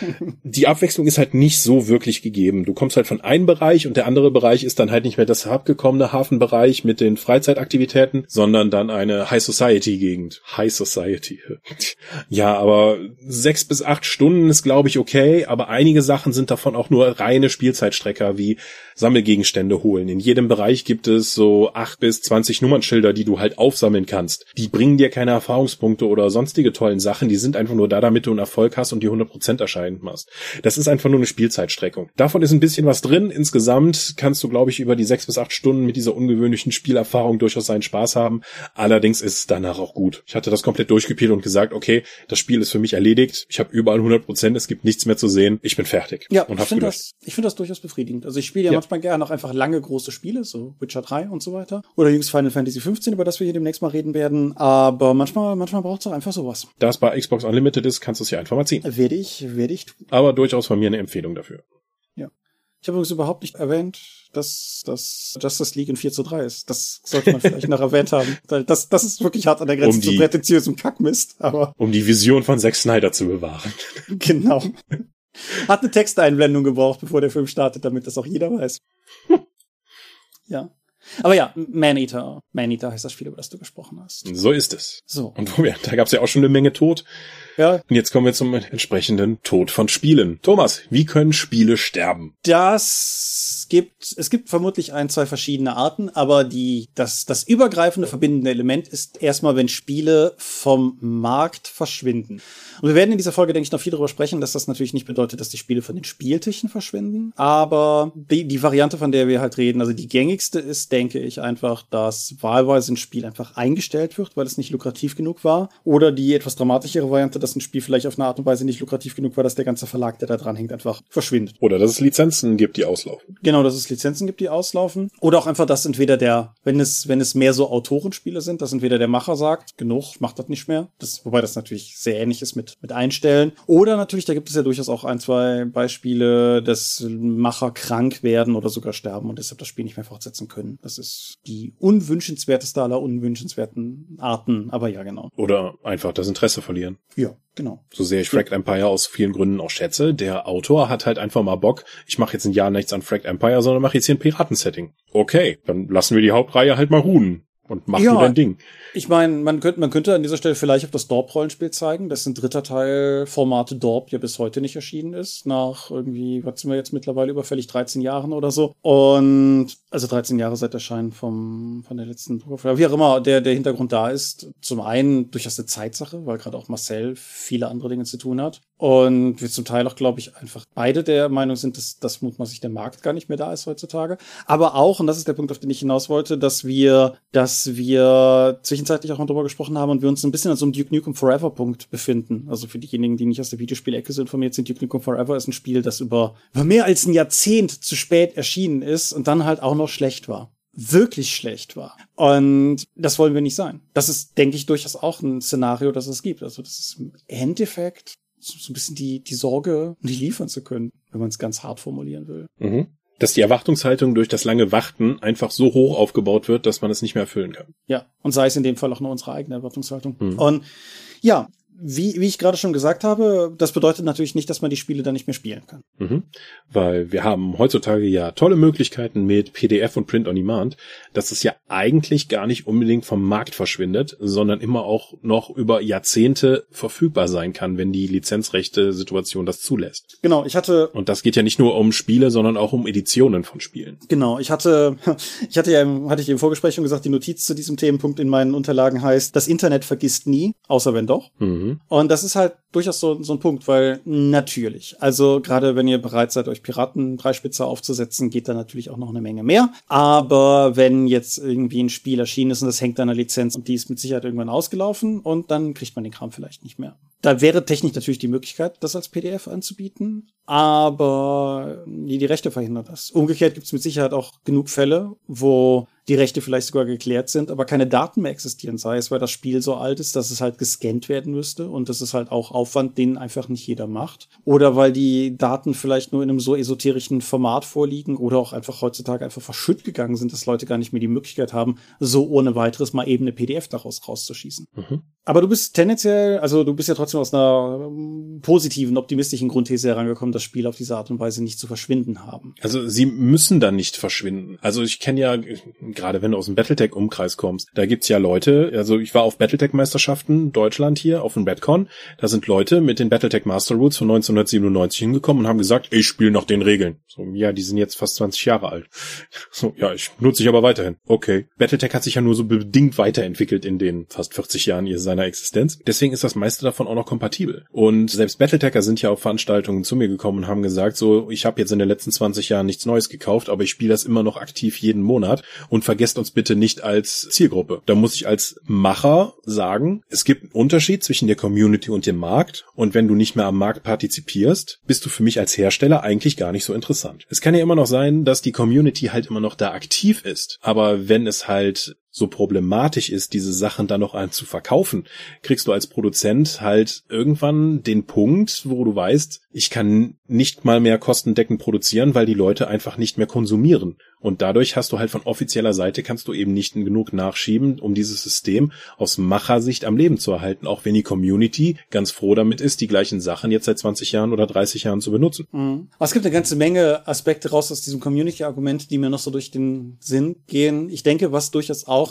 Die Abwechslung ist halt nicht so wirklich gegeben. Du kommst halt von einem Bereich und der andere Bereich ist dann halt nicht mehr das abgekommene Hafenbereich mit den Freizeitaktivitäten, sondern dann eine High Society Gegend. High Society. Ja, aber 6 bis 8 Stunden ist, glaube ich, okay, aber einige Sachen sind davon auch nur reine Spielzeitstrecker, wie Sammelgegenstände holen. In jedem Bereich gibt es so 8 bis 20 Nummernschilder, die du halt aufsammeln kannst. Die bringen dir keine Erfahrungspunkte oder sonstige tollen Sachen, die sind einfach nur da, damit du einen Erfolg hast und die 100% erscheinen machst. Das ist einfach nur eine Spielzeitstrecke. Abschreckung. Davon ist ein bisschen was drin. Insgesamt kannst du, glaube ich, über die 6 bis 8 Stunden mit dieser ungewöhnlichen Spielerfahrung durchaus seinen Spaß haben. Allerdings ist es danach auch gut. Ich hatte das komplett durchgespielt und gesagt, okay, das Spiel ist für mich erledigt. Ich habe überall 100%, es gibt nichts mehr zu sehen. Ich bin fertig. Ja, und ich finde das durchaus befriedigend. Also ich spiele ja manchmal gerne auch einfach lange große Spiele, so Witcher 3 und so weiter. Oder jüngst Final Fantasy 15, über das wir hier demnächst mal reden werden. Aber manchmal braucht es auch einfach sowas. Da es bei Xbox Unlimited ist, kannst du es ja einfach mal ziehen. Werde ich tun. Aber durchaus von mir eine Empfehlung dafür. Ja. Ich habe übrigens überhaupt nicht erwähnt, dass Justice League in 4:3 ist. Das sollte man vielleicht noch erwähnt haben. Das ist wirklich hart an der Grenze zu prätentiösem Kackmist. Aber um die Vision von Zack Snyder zu bewahren. Genau. Hat eine Texteinblendung gebraucht, bevor der Film startet, damit das auch jeder weiß. Ja. Aber ja, Maneater heißt das Spiel, über das du gesprochen hast. So ist es. So. Und da gab's ja auch schon eine Menge Tod. Ja. Und jetzt kommen wir zum entsprechenden Tod von Spielen. Thomas, wie können Spiele sterben? Es gibt vermutlich 2 verschiedene Arten, aber das übergreifende verbindende Element ist erstmal, wenn Spiele vom Markt verschwinden. Und wir werden in dieser Folge, denke ich, noch viel darüber sprechen, dass das natürlich nicht bedeutet, dass die Spiele von den Spieltischen verschwinden, aber die Variante, von der wir halt reden, also die gängigste ist, denke ich, einfach, dass wahlweise ein Spiel einfach eingestellt wird, weil es nicht lukrativ genug war, oder die etwas dramatischere Variante, dass ein Spiel vielleicht auf eine Art und Weise nicht lukrativ genug war, dass der ganze Verlag, der da dran hängt, einfach verschwindet. Oder dass es Lizenzen gibt, die auslaufen. Genau, dass es Lizenzen gibt, die auslaufen. Oder auch einfach, dass entweder wenn es mehr so Autorenspiele sind, dass entweder der Macher sagt, genug, ich mach das nicht mehr. Wobei das natürlich sehr ähnlich ist mit Einstellen. Oder natürlich, da gibt es ja durchaus auch 2 Beispiele, dass Macher krank werden oder sogar sterben und deshalb das Spiel nicht mehr fortsetzen können. Das ist die unwünschenswerteste aller unwünschenswerten Arten, aber ja, genau. Oder einfach das Interesse verlieren. Ja, genau. So sehr ich Fragged Empire aus vielen Gründen auch schätze, der Autor hat halt einfach mal Bock, ich mache jetzt ein Jahr nichts an Fragged Empire, sondern mache jetzt hier ein Piratensetting. Okay, dann lassen wir die Hauptreihe halt mal ruhen. Und mach du dein Ding. Ich meine, man könnte an dieser Stelle vielleicht auf das Dorp-Rollenspiel zeigen, dessen 3. Teil Formate Dorp ja bis heute nicht erschienen ist, nach irgendwie, was sind wir jetzt mittlerweile, überfällig 13 Jahren oder so. Und also 13 Jahre seit Erscheinen von der letzten Druckauflage. Wie auch immer der Hintergrund da ist, zum einen durchaus eine Zeitsache, weil gerade auch Marcel viele andere Dinge zu tun hat. Und wir zum Teil auch, glaube ich, einfach beide der Meinung sind, dass mutmaßlich der Markt gar nicht mehr da ist heutzutage. Aber auch, und das ist der Punkt, auf den ich hinaus wollte, dass wir zwischenzeitlich auch mal drüber gesprochen haben und wir uns ein bisschen an so einem Duke Nukem Forever Punkt befinden. Also für diejenigen, die nicht aus der Videospielecke so informiert sind, Duke Nukem Forever ist ein Spiel, das über mehr als ein Jahrzehnt zu spät erschienen ist und dann halt auch noch schlecht war. Wirklich schlecht war. Und das wollen wir nicht sein. Das ist, denke ich, durchaus auch ein Szenario, das es gibt. Also das ist im Endeffekt so ein bisschen die Sorge, die liefern zu können, wenn man es ganz hart formulieren will. Mhm. Dass die Erwartungshaltung durch das lange Warten einfach so hoch aufgebaut wird, dass man es nicht mehr erfüllen kann. Ja, und sei es in dem Fall auch nur unsere eigene Erwartungshaltung. Mhm. Und ja, wie ich gerade schon gesagt habe, das bedeutet natürlich nicht, dass man die Spiele dann nicht mehr spielen kann. Mhm. Weil wir haben heutzutage ja tolle Möglichkeiten mit PDF und Print on Demand, dass es ja eigentlich gar nicht unbedingt vom Markt verschwindet, sondern immer auch noch über Jahrzehnte verfügbar sein kann, wenn die Lizenzrechte-Situation das zulässt. Genau, und das geht ja nicht nur um Spiele, sondern auch um Editionen von Spielen. Genau, hatte ich im Vorgespräch schon gesagt, die Notiz zu diesem Themenpunkt in meinen Unterlagen heißt, das Internet vergisst nie, außer wenn doch. Mhm. Und das ist halt durchaus so ein Punkt, weil natürlich, also gerade wenn ihr bereit seid, euch Piraten-Dreispitzer aufzusetzen, geht da natürlich auch noch eine Menge mehr. Aber wenn jetzt irgendwie ein Spiel erschienen ist und das hängt an einer Lizenz und die ist mit Sicherheit irgendwann ausgelaufen und dann kriegt man den Kram vielleicht nicht mehr. Da wäre technisch natürlich die Möglichkeit, das als PDF anzubieten, aber die Rechte verhindern das. Umgekehrt gibt es mit Sicherheit auch genug Fälle, wo die Rechte vielleicht sogar geklärt sind, aber keine Daten mehr existieren, sei es, weil das Spiel so alt ist, dass es halt gescannt werden müsste und das ist halt auch Aufwand, den einfach nicht jeder macht. Oder weil die Daten vielleicht nur in einem so esoterischen Format vorliegen oder auch einfach heutzutage einfach verschütt gegangen sind, dass Leute gar nicht mehr die Möglichkeit haben, so ohne weiteres mal eben eine PDF daraus rauszuschießen. Mhm. Aber du bist tendenziell, also du bist ja trotzdem aus einer positiven, optimistischen Grundthese herangekommen, dass Spiele auf diese Art und Weise nicht zu verschwinden haben. Also sie müssen dann nicht verschwinden. Also ich kenne ja, gerade wenn du aus dem Battletech-Umkreis kommst, da gibt's ja Leute, also ich war auf Battletech-Meisterschaften Deutschland hier, auf dem Redcon, da sind Leute mit den Battletech Master Rules von 1997 hingekommen und haben gesagt, ich spiele nach den Regeln. So, ja, die sind jetzt fast 20 Jahre alt. So, ja, ich nutze ich aber weiterhin. Okay. Battletech hat sich ja nur so bedingt weiterentwickelt in den fast 40 Jahren seiner Existenz. Deswegen ist das meiste davon auch noch noch kompatibel. Und selbst Battletechner sind ja auf Veranstaltungen zu mir gekommen und haben gesagt, so, ich habe jetzt in den letzten 20 Jahren nichts Neues gekauft, aber ich spiele das immer noch aktiv jeden Monat und vergesst uns bitte nicht als Zielgruppe. Da muss ich als Macher sagen, es gibt einen Unterschied zwischen der Community und dem Markt, und wenn du nicht mehr am Markt partizipierst, bist du für mich als Hersteller eigentlich gar nicht so interessant. Es kann ja immer noch sein, dass die Community halt immer noch da aktiv ist, aber wenn es halt so problematisch ist, diese Sachen dann noch zu verkaufen, kriegst du als Produzent halt irgendwann den Punkt, wo du weißt, ich kann nicht mal mehr kostendeckend produzieren, weil die Leute einfach nicht mehr konsumieren. Und dadurch hast du halt von offizieller Seite, kannst du eben nicht genug nachschieben, um dieses System aus Machersicht am Leben zu erhalten, auch wenn die Community ganz froh damit ist, die gleichen Sachen jetzt seit 20 Jahren oder 30 Jahren zu benutzen. Mhm. Aber es gibt eine ganze Menge Aspekte raus aus diesem Community-Argument, die mir noch so durch den Sinn gehen. Ich denke, was durchaus auch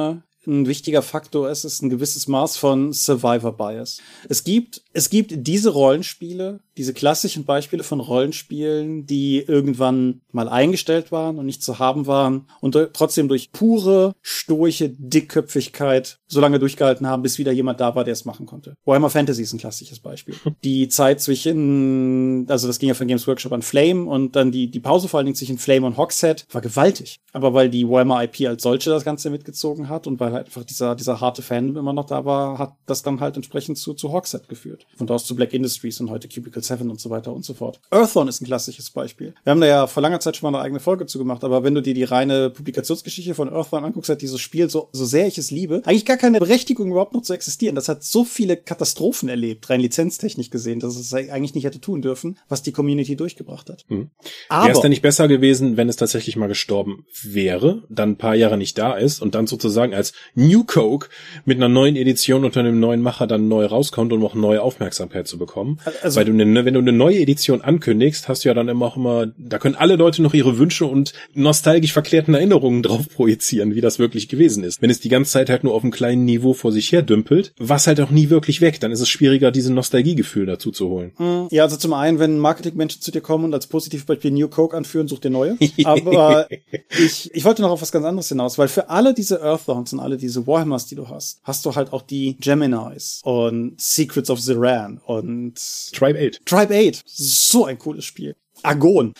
ein wichtiger Faktor ist ein gewisses Maß von Survivor-Bias. Es gibt diese Rollenspiele, diese klassischen Beispiele von Rollenspielen, die irgendwann mal eingestellt waren und nicht zu haben waren und trotzdem durch pure, stoische Dickköpfigkeit so lange durchgehalten haben, bis wieder jemand da war, der es machen konnte. Warhammer Fantasy ist ein klassisches Beispiel. Die Zeit zwischen, also das ging ja von Games Workshop an Flame und dann die Pause vor allen Dingen zwischen Flame und Hogshead war gewaltig. Aber weil die Warhammer IP als solche das Ganze mitgezogen hat und weil halt einfach dieser harte Fan immer noch da war, hat das dann halt entsprechend zu Hogshead geführt. Von da aus zu Black Industries und heute Cubicle 7 und so weiter und so fort. Earthdawn ist ein klassisches Beispiel. Wir haben da ja vor langer Zeit schon mal eine eigene Folge zu gemacht, aber wenn du dir die reine Publikationsgeschichte von Earthdawn anguckst, hat dieses Spiel, so sehr ich es liebe, eigentlich gar keine Berechtigung überhaupt noch zu existieren. Das hat so viele Katastrophen erlebt, rein lizenztechnisch gesehen, dass es eigentlich nicht hätte tun dürfen, was die Community durchgebracht hat. Aber wäre es denn nicht besser gewesen, wenn es tatsächlich mal gestorben wäre, dann ein paar Jahre nicht da ist und dann sozusagen als New Coke mit einer neuen Edition unter einem neuen Macher dann neu rauskommt, um auch neue Aufmerksamkeit zu bekommen? Also, weil wenn du eine neue Edition ankündigst, hast du ja dann immer, da können alle Leute noch ihre Wünsche und nostalgisch verklärten Erinnerungen drauf projizieren, wie das wirklich gewesen ist. Wenn es die ganze Zeit halt nur auf einem kleinen Niveau vor sich her dümpelt, was halt auch nie wirklich weg, dann ist es schwieriger, diese Nostalgiegefühl dazu zu holen. Ja, also zum einen, wenn Marketingmenschen zu dir kommen und als Positivbeispiel New Coke anführen, such dir neue. Aber ich wollte noch auf was ganz anderes hinaus, weil für alle diese Earthdawns und alle diese Warhammers, die du hast du halt auch die Geminis und Secrets of Ziran und Tribe 8. Tribe 8. So ein cooles Spiel. Argon.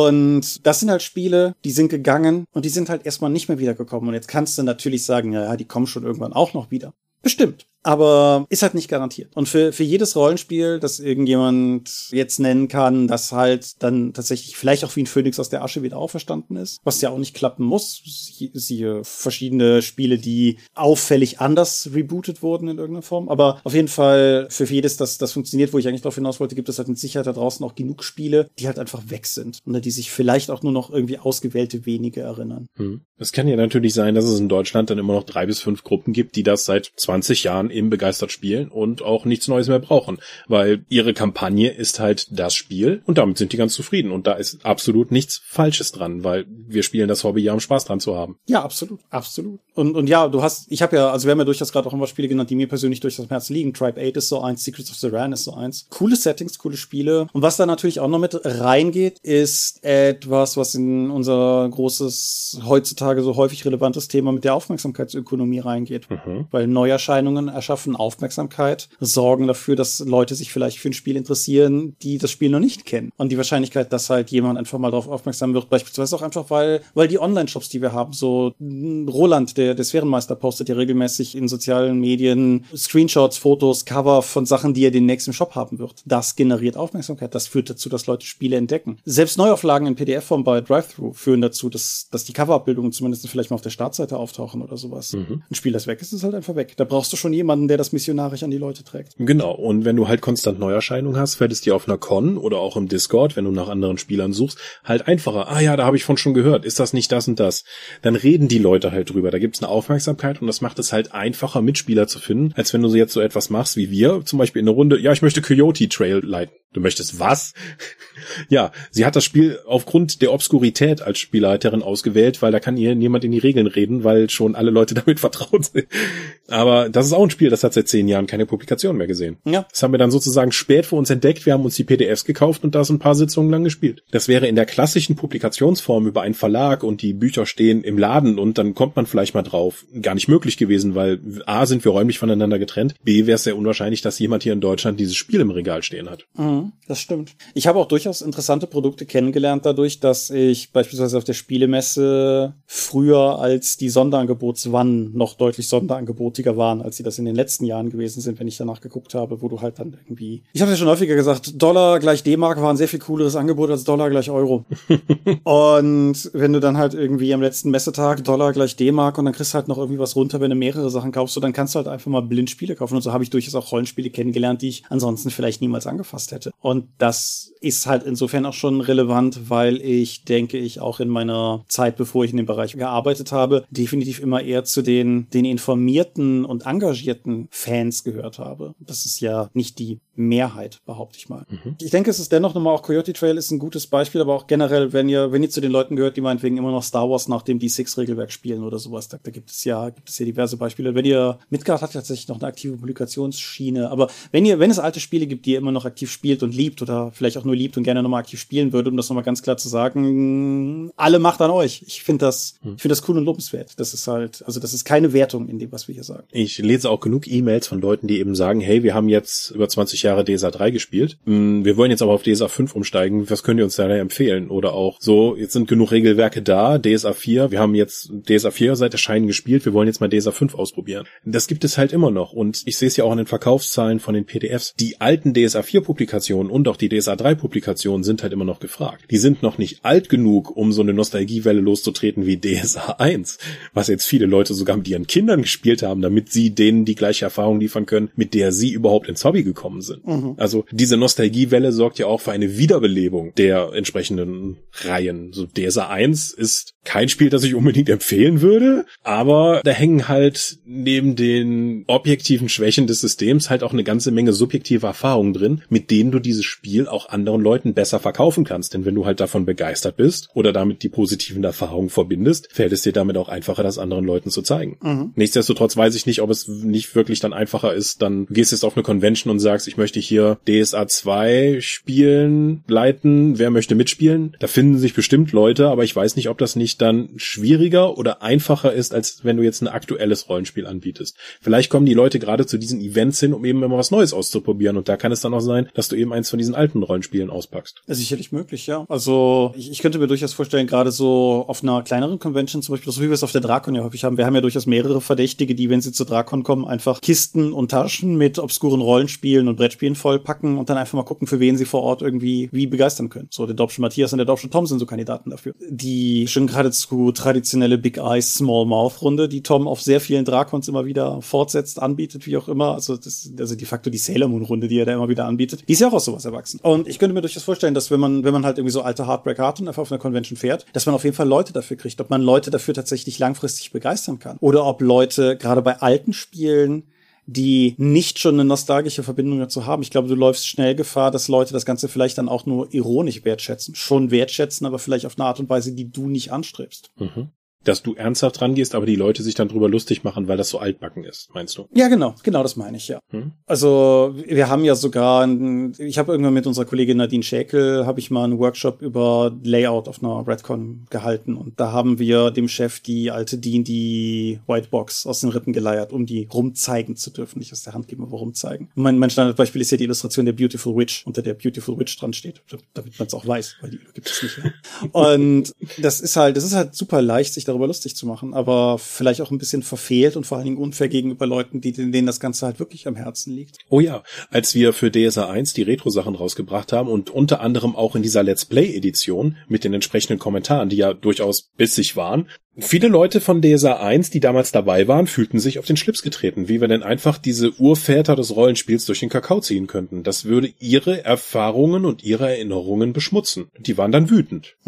Und das sind halt Spiele, die sind gegangen und die sind halt erstmal nicht mehr wiedergekommen. Und jetzt kannst du natürlich sagen, ja, die kommen schon irgendwann auch noch wieder. Bestimmt. Aber ist halt nicht garantiert. Und für jedes Rollenspiel, das irgendjemand jetzt nennen kann, das halt dann tatsächlich vielleicht auch wie ein Phönix aus der Asche wieder auferstanden ist, was ja auch nicht klappen muss. Siehe verschiedene Spiele, die auffällig anders rebootet wurden in irgendeiner Form. Aber auf jeden Fall für jedes, das funktioniert, wo ich eigentlich darauf hinaus wollte, gibt es halt mit Sicherheit da draußen auch genug Spiele, die halt einfach weg sind. Und die sich vielleicht auch nur noch irgendwie ausgewählte wenige erinnern. Es kann ja natürlich sein, dass es in Deutschland dann immer noch 3 bis 5 Gruppen gibt, die das seit 20 Jahren eben begeistert spielen und auch nichts Neues mehr brauchen, weil ihre Kampagne ist halt das Spiel und damit sind die ganz zufrieden und da ist absolut nichts Falsches dran, weil wir spielen das Hobby ja, um Spaß dran zu haben. Ja, absolut. Und ja, wir haben ja durchaus gerade auch immer Spiele genannt, die mir persönlich durch das Herz liegen. Tribe 8 ist so eins, Secrets of Ziran ist so eins. Coole Settings, coole Spiele. Und was da natürlich auch noch mit reingeht, ist etwas, was in unser großes, heutzutage so häufig relevantes Thema mit der Aufmerksamkeitsökonomie reingeht. Weil Neuerscheinungen erschaffen Aufmerksamkeit, sorgen dafür, dass Leute sich vielleicht für ein Spiel interessieren, die das Spiel noch nicht kennen. Und die Wahrscheinlichkeit, dass halt jemand einfach mal darauf aufmerksam wird, beispielsweise auch einfach, weil die Online-Shops, die wir haben, so Roland, der Sphärenmeister, postet ja regelmäßig in sozialen Medien Screenshots, Fotos, Cover von Sachen, die er demnächst im Shop haben wird. Das generiert Aufmerksamkeit. Das führt dazu, dass Leute Spiele entdecken. Selbst Neuauflagen in PDF-Form bei Drive-Thru führen dazu, dass die Coverabbildungen zumindest vielleicht mal auf der Startseite auftauchen oder sowas. Ein Spiel, das weg ist halt einfach weg. Da brauchst du schon jemanden, der das missionarisch an die Leute trägt. Genau. Und wenn du halt konstant Neuerscheinungen hast, fällt es dir auf einer Con oder auch im Discord, wenn du nach anderen Spielern suchst, halt einfacher. Ah ja, da habe ich von schon gehört. Ist das nicht das und das? Dann reden die Leute halt drüber. Da gibt's eine Aufmerksamkeit und das macht es halt einfacher, Mitspieler zu finden, als wenn du jetzt so etwas machst wie wir, zum Beispiel in einer Runde, ja, ich möchte Coyote Trail leiten. Du möchtest was? Ja, sie hat das Spiel aufgrund der Obskurität als Spielleiterin ausgewählt, weil da kann ihr niemand in die Regeln reden, weil schon alle Leute damit vertraut sind. Aber das ist auch ein Spiel, das hat seit 10 Jahren keine Publikation mehr gesehen. Ja. Das haben wir dann sozusagen spät für uns entdeckt. Wir haben uns die PDFs gekauft und da ein paar Sitzungen lang gespielt. Das wäre in der klassischen Publikationsform über einen Verlag und die Bücher stehen im Laden und dann kommt man vielleicht mal drauf. Gar nicht möglich gewesen, weil A, sind wir räumlich voneinander getrennt, B, wäre es sehr unwahrscheinlich, dass jemand hier in Deutschland dieses Spiel im Regal stehen hat. Das stimmt. Ich habe auch durchaus interessante Produkte kennengelernt dadurch, dass ich beispielsweise auf der Spielemesse früher als die Sonderangebotswannen noch deutlich sonderangebotiger waren, als sie das in den letzten Jahren gewesen sind, wenn ich danach geguckt habe, wo du halt dann irgendwie, ich habe ja schon häufiger gesagt, Dollar gleich D-Mark war ein sehr viel cooleres Angebot als Dollar gleich Euro. Und wenn du dann halt irgendwie am letzten Messetag Dollar gleich D-Mark und dann kriegst du halt noch irgendwie was runter, wenn du mehrere Sachen kaufst, so dann kannst du halt einfach mal blind Spiele kaufen. Und so habe ich durchaus auch Rollenspiele kennengelernt, die ich ansonsten vielleicht niemals angefasst hätte. Und das ist halt insofern auch schon relevant, weil ich denke, ich auch in meiner Zeit, bevor ich in dem Bereich gearbeitet habe, definitiv immer eher zu den informierten und engagierten Fans gehört habe. Das ist ja nicht die Mehrheit, behaupte ich mal. Ich denke, es ist dennoch nochmal auch Coyote Trail ist ein gutes Beispiel, aber auch generell, wenn ihr zu den Leuten gehört, die meinetwegen immer noch Star Wars nach dem D6-Regelwerk spielen oder sowas, da gibt es ja diverse Beispiele. Wenn ihr Midgard hat tatsächlich noch eine aktive Publikationsschiene, aber wenn es alte Spiele gibt, die ihr immer noch aktiv spielt und liebt oder vielleicht auch nur liebt und gerne nochmal aktiv spielen würde, um das nochmal ganz klar zu sagen, alle Macht an euch. Ich finde das cool und lobenswert. Das ist halt, also das ist keine Wertung in dem, was wir hier sagen. Ich lese auch genug E-Mails von Leuten, die eben sagen, hey, wir haben jetzt über 20 Jahre DSA 3 gespielt. Wir wollen jetzt aber auf DSA 5 umsteigen. Was könnt ihr uns da empfehlen? Oder auch so, jetzt sind genug Regelwerke da, DSA 4, wir haben jetzt DSA 4 seit Erscheinen gespielt, wir wollen jetzt mal DSA 5 ausprobieren. Das gibt es halt immer noch und ich sehe es ja auch an den Verkaufszahlen von den PDFs. Die alten DSA 4 Publikationen und auch die DSA 3 Publikationen sind halt immer noch gefragt. Die sind noch nicht alt genug, um so eine Nostalgiewelle loszutreten wie DSA 1, was jetzt viele Leute sogar mit ihren Kindern gespielt haben, damit sie denen die gleiche Erfahrung liefern können, mit der sie überhaupt ins Hobby gekommen sind. Also diese Nostalgiewelle sorgt ja auch für eine Wiederbelebung der entsprechenden Reihen. So DSA 1 ist kein Spiel, das ich unbedingt empfehlen würde, aber da hängen halt neben den objektiven Schwächen des Systems halt auch eine ganze Menge subjektive Erfahrungen drin, mit denen du dieses Spiel auch anderen Leuten besser verkaufen kannst. Denn wenn du halt davon begeistert bist oder damit die positiven Erfahrungen verbindest, fällt es dir damit auch einfacher, das anderen Leuten zu zeigen. Nichtsdestotrotz weiß ich nicht, ob es nicht wirklich dann einfacher ist, dann du gehst jetzt auf eine Convention und sagst, ich möchte hier DSA 2 spielen, leiten, wer möchte mitspielen? Da finden sich bestimmt Leute, aber ich weiß nicht, ob das nicht dann schwieriger oder einfacher ist, als wenn du jetzt ein aktuelles Rollenspiel anbietest. Vielleicht kommen die Leute gerade zu diesen Events hin, um eben immer was Neues auszuprobieren und da kann es dann auch sein, dass du eben eins von diesen alten Rollenspielen auspackst. Das ist sicherlich möglich, ja. Also ich könnte mir durchaus vorstellen, gerade so auf einer kleineren Convention zum Beispiel, so wie wir es auf der Drakon ja häufig haben, wir haben ja durchaus mehrere Verdächtige, die, wenn sie zur Drakon kommen, einfach Kisten und Taschen mit obskuren Rollenspielen und Brettspielen vollpacken und dann einfach mal gucken, für wen sie vor Ort irgendwie wie begeistern können. So, der Dorpsche Matthias und der Dorpsche Tom sind so Kandidaten dafür. Die schon geradezu traditionelle Big Eyes Small Mouth Runde, die Tom auf sehr vielen Drakons immer wieder fortsetzt, anbietet, wie auch immer. Also de facto die Sailor Moon Runde, die er da immer wieder anbietet, die ist ja auch aus sowas erwachsen. Und ich könnte mir durchaus vorstellen, dass wenn man halt irgendwie so alte Heartbreaker hat und einfach auf einer Convention fährt, dass man auf jeden Fall Leute dafür kriegt, ob man Leute dafür tatsächlich langfristig begeistern kann. Oder ob Leute gerade bei alten Spielen, die nicht schon eine nostalgische Verbindung dazu haben. Ich glaube, du läufst schnell Gefahr, dass Leute das Ganze vielleicht dann auch nur ironisch wertschätzen. Schon wertschätzen, aber vielleicht auf eine Art und Weise, die du nicht anstrebst. Dass du ernsthaft rangehst, aber die Leute sich dann drüber lustig machen, weil das so altbacken ist, meinst du? Ja, genau das meine ich, ja. Also wir haben ja sogar, ich habe irgendwann mit unserer Kollegin Nadine Schäkel, habe ich mal einen Workshop über Layout auf einer Redcon gehalten und da haben wir dem Chef die alte D&D Whitebox aus den Rippen geleiert, um die rumzeigen zu dürfen, nicht aus der Hand geben, aber rumzeigen. Mein Standardbeispiel ist ja die Illustration der Beautiful Witch, unter der Beautiful Witch dran steht, damit man es auch weiß, weil die gibt es nicht. Ja. Und das ist halt super leicht, sich darüber lustig zu machen, aber vielleicht auch ein bisschen verfehlt und vor allen Dingen unfair gegenüber Leuten, denen das Ganze halt wirklich am Herzen liegt. Oh ja, als wir für DSA 1 die Retro-Sachen rausgebracht haben und unter anderem auch in dieser Let's Play-Edition mit den entsprechenden Kommentaren, die ja durchaus bissig waren, viele Leute von DSA 1, die damals dabei waren, fühlten sich auf den Schlips getreten, wie wir denn einfach diese Urväter des Rollenspiels durch den Kakao ziehen könnten. Das würde ihre Erfahrungen und ihre Erinnerungen beschmutzen. Die waren dann wütend. Ja.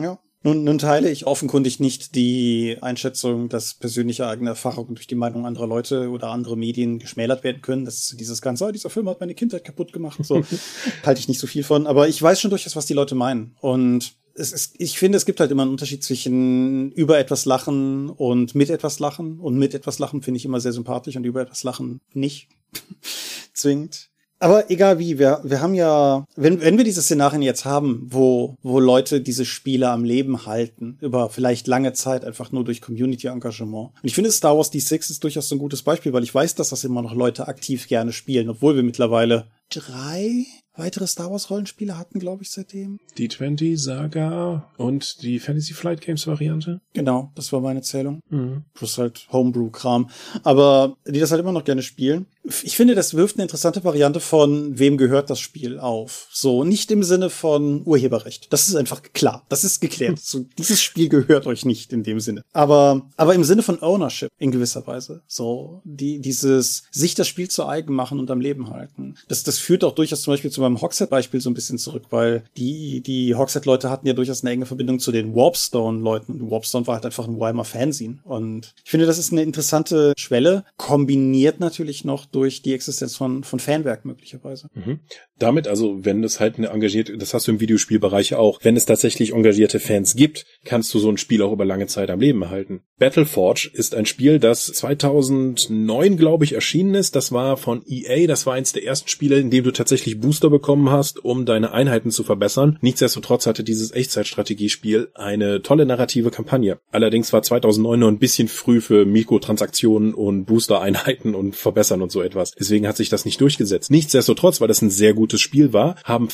Nun teile ich offenkundig nicht die Einschätzung, dass persönliche eigene Erfahrungen durch die Meinung anderer Leute oder andere Medien geschmälert werden können. Das ist dieses ganze, dieser Film hat meine Kindheit kaputt gemacht. So halte ich nicht so viel von. Aber ich weiß schon durchaus, was die Leute meinen. Und ich finde, es gibt halt immer einen Unterschied zwischen über etwas lachen und mit etwas lachen. Und mit etwas lachen finde ich immer sehr sympathisch und über etwas lachen nicht zwingend. Aber egal wie, wir haben ja, wenn wir diese Szenarien jetzt haben, wo Leute diese Spiele am Leben halten, über vielleicht lange Zeit, einfach nur durch Community-Engagement. Und ich finde, Star Wars D6 ist durchaus so ein gutes Beispiel, weil ich weiß, dass das immer noch Leute aktiv gerne spielen, obwohl wir mittlerweile 3 weitere Star Wars Rollenspiele hatten, glaube ich, seitdem. D20, Saga und die Fantasy Flight Games Variante. Genau, das war meine Zählung. Plus halt Homebrew-Kram. Aber die das halt immer noch gerne spielen. Ich finde, das wirft eine interessante Variante von wem gehört das Spiel auf. So, nicht im Sinne von Urheberrecht. Das ist einfach klar. Das ist geklärt. So, dieses Spiel gehört euch nicht in dem Sinne. Aber im Sinne von Ownership in gewisser Weise. So, dieses sich das Spiel zu eigen machen und am Leben halten. Das führt auch durchaus zum Beispiel zu meinem Hogshead-Beispiel so ein bisschen zurück, weil die Hogshead-Leute hatten ja durchaus eine enge Verbindung zu den Warpstone-Leuten. Und Warpstone war halt einfach ein Warhammer-Fanzine. Und ich finde, das ist eine interessante Schwelle, kombiniert natürlich noch durch die Existenz von Fanwerk möglicherweise. Damit, also wenn es halt eine engagierte, das hast du im Videospielbereich auch, wenn es tatsächlich engagierte Fans gibt, kannst du so ein Spiel auch über lange Zeit am Leben erhalten. Battleforge ist ein Spiel, das 2009, glaube ich, erschienen ist. Das war von EA, das war eins der ersten Spiele, in dem du tatsächlich Booster bekommen hast, um deine Einheiten zu verbessern. Nichtsdestotrotz hatte dieses Echtzeitstrategiespiel eine tolle narrative Kampagne. Allerdings war 2009 noch ein bisschen früh für Mikrotransaktionen und Booster-Einheiten und Verbessern und so etwas. Deswegen hat sich das nicht durchgesetzt. Nichtsdestotrotz, weil das ein sehr gutes Spiel war, haben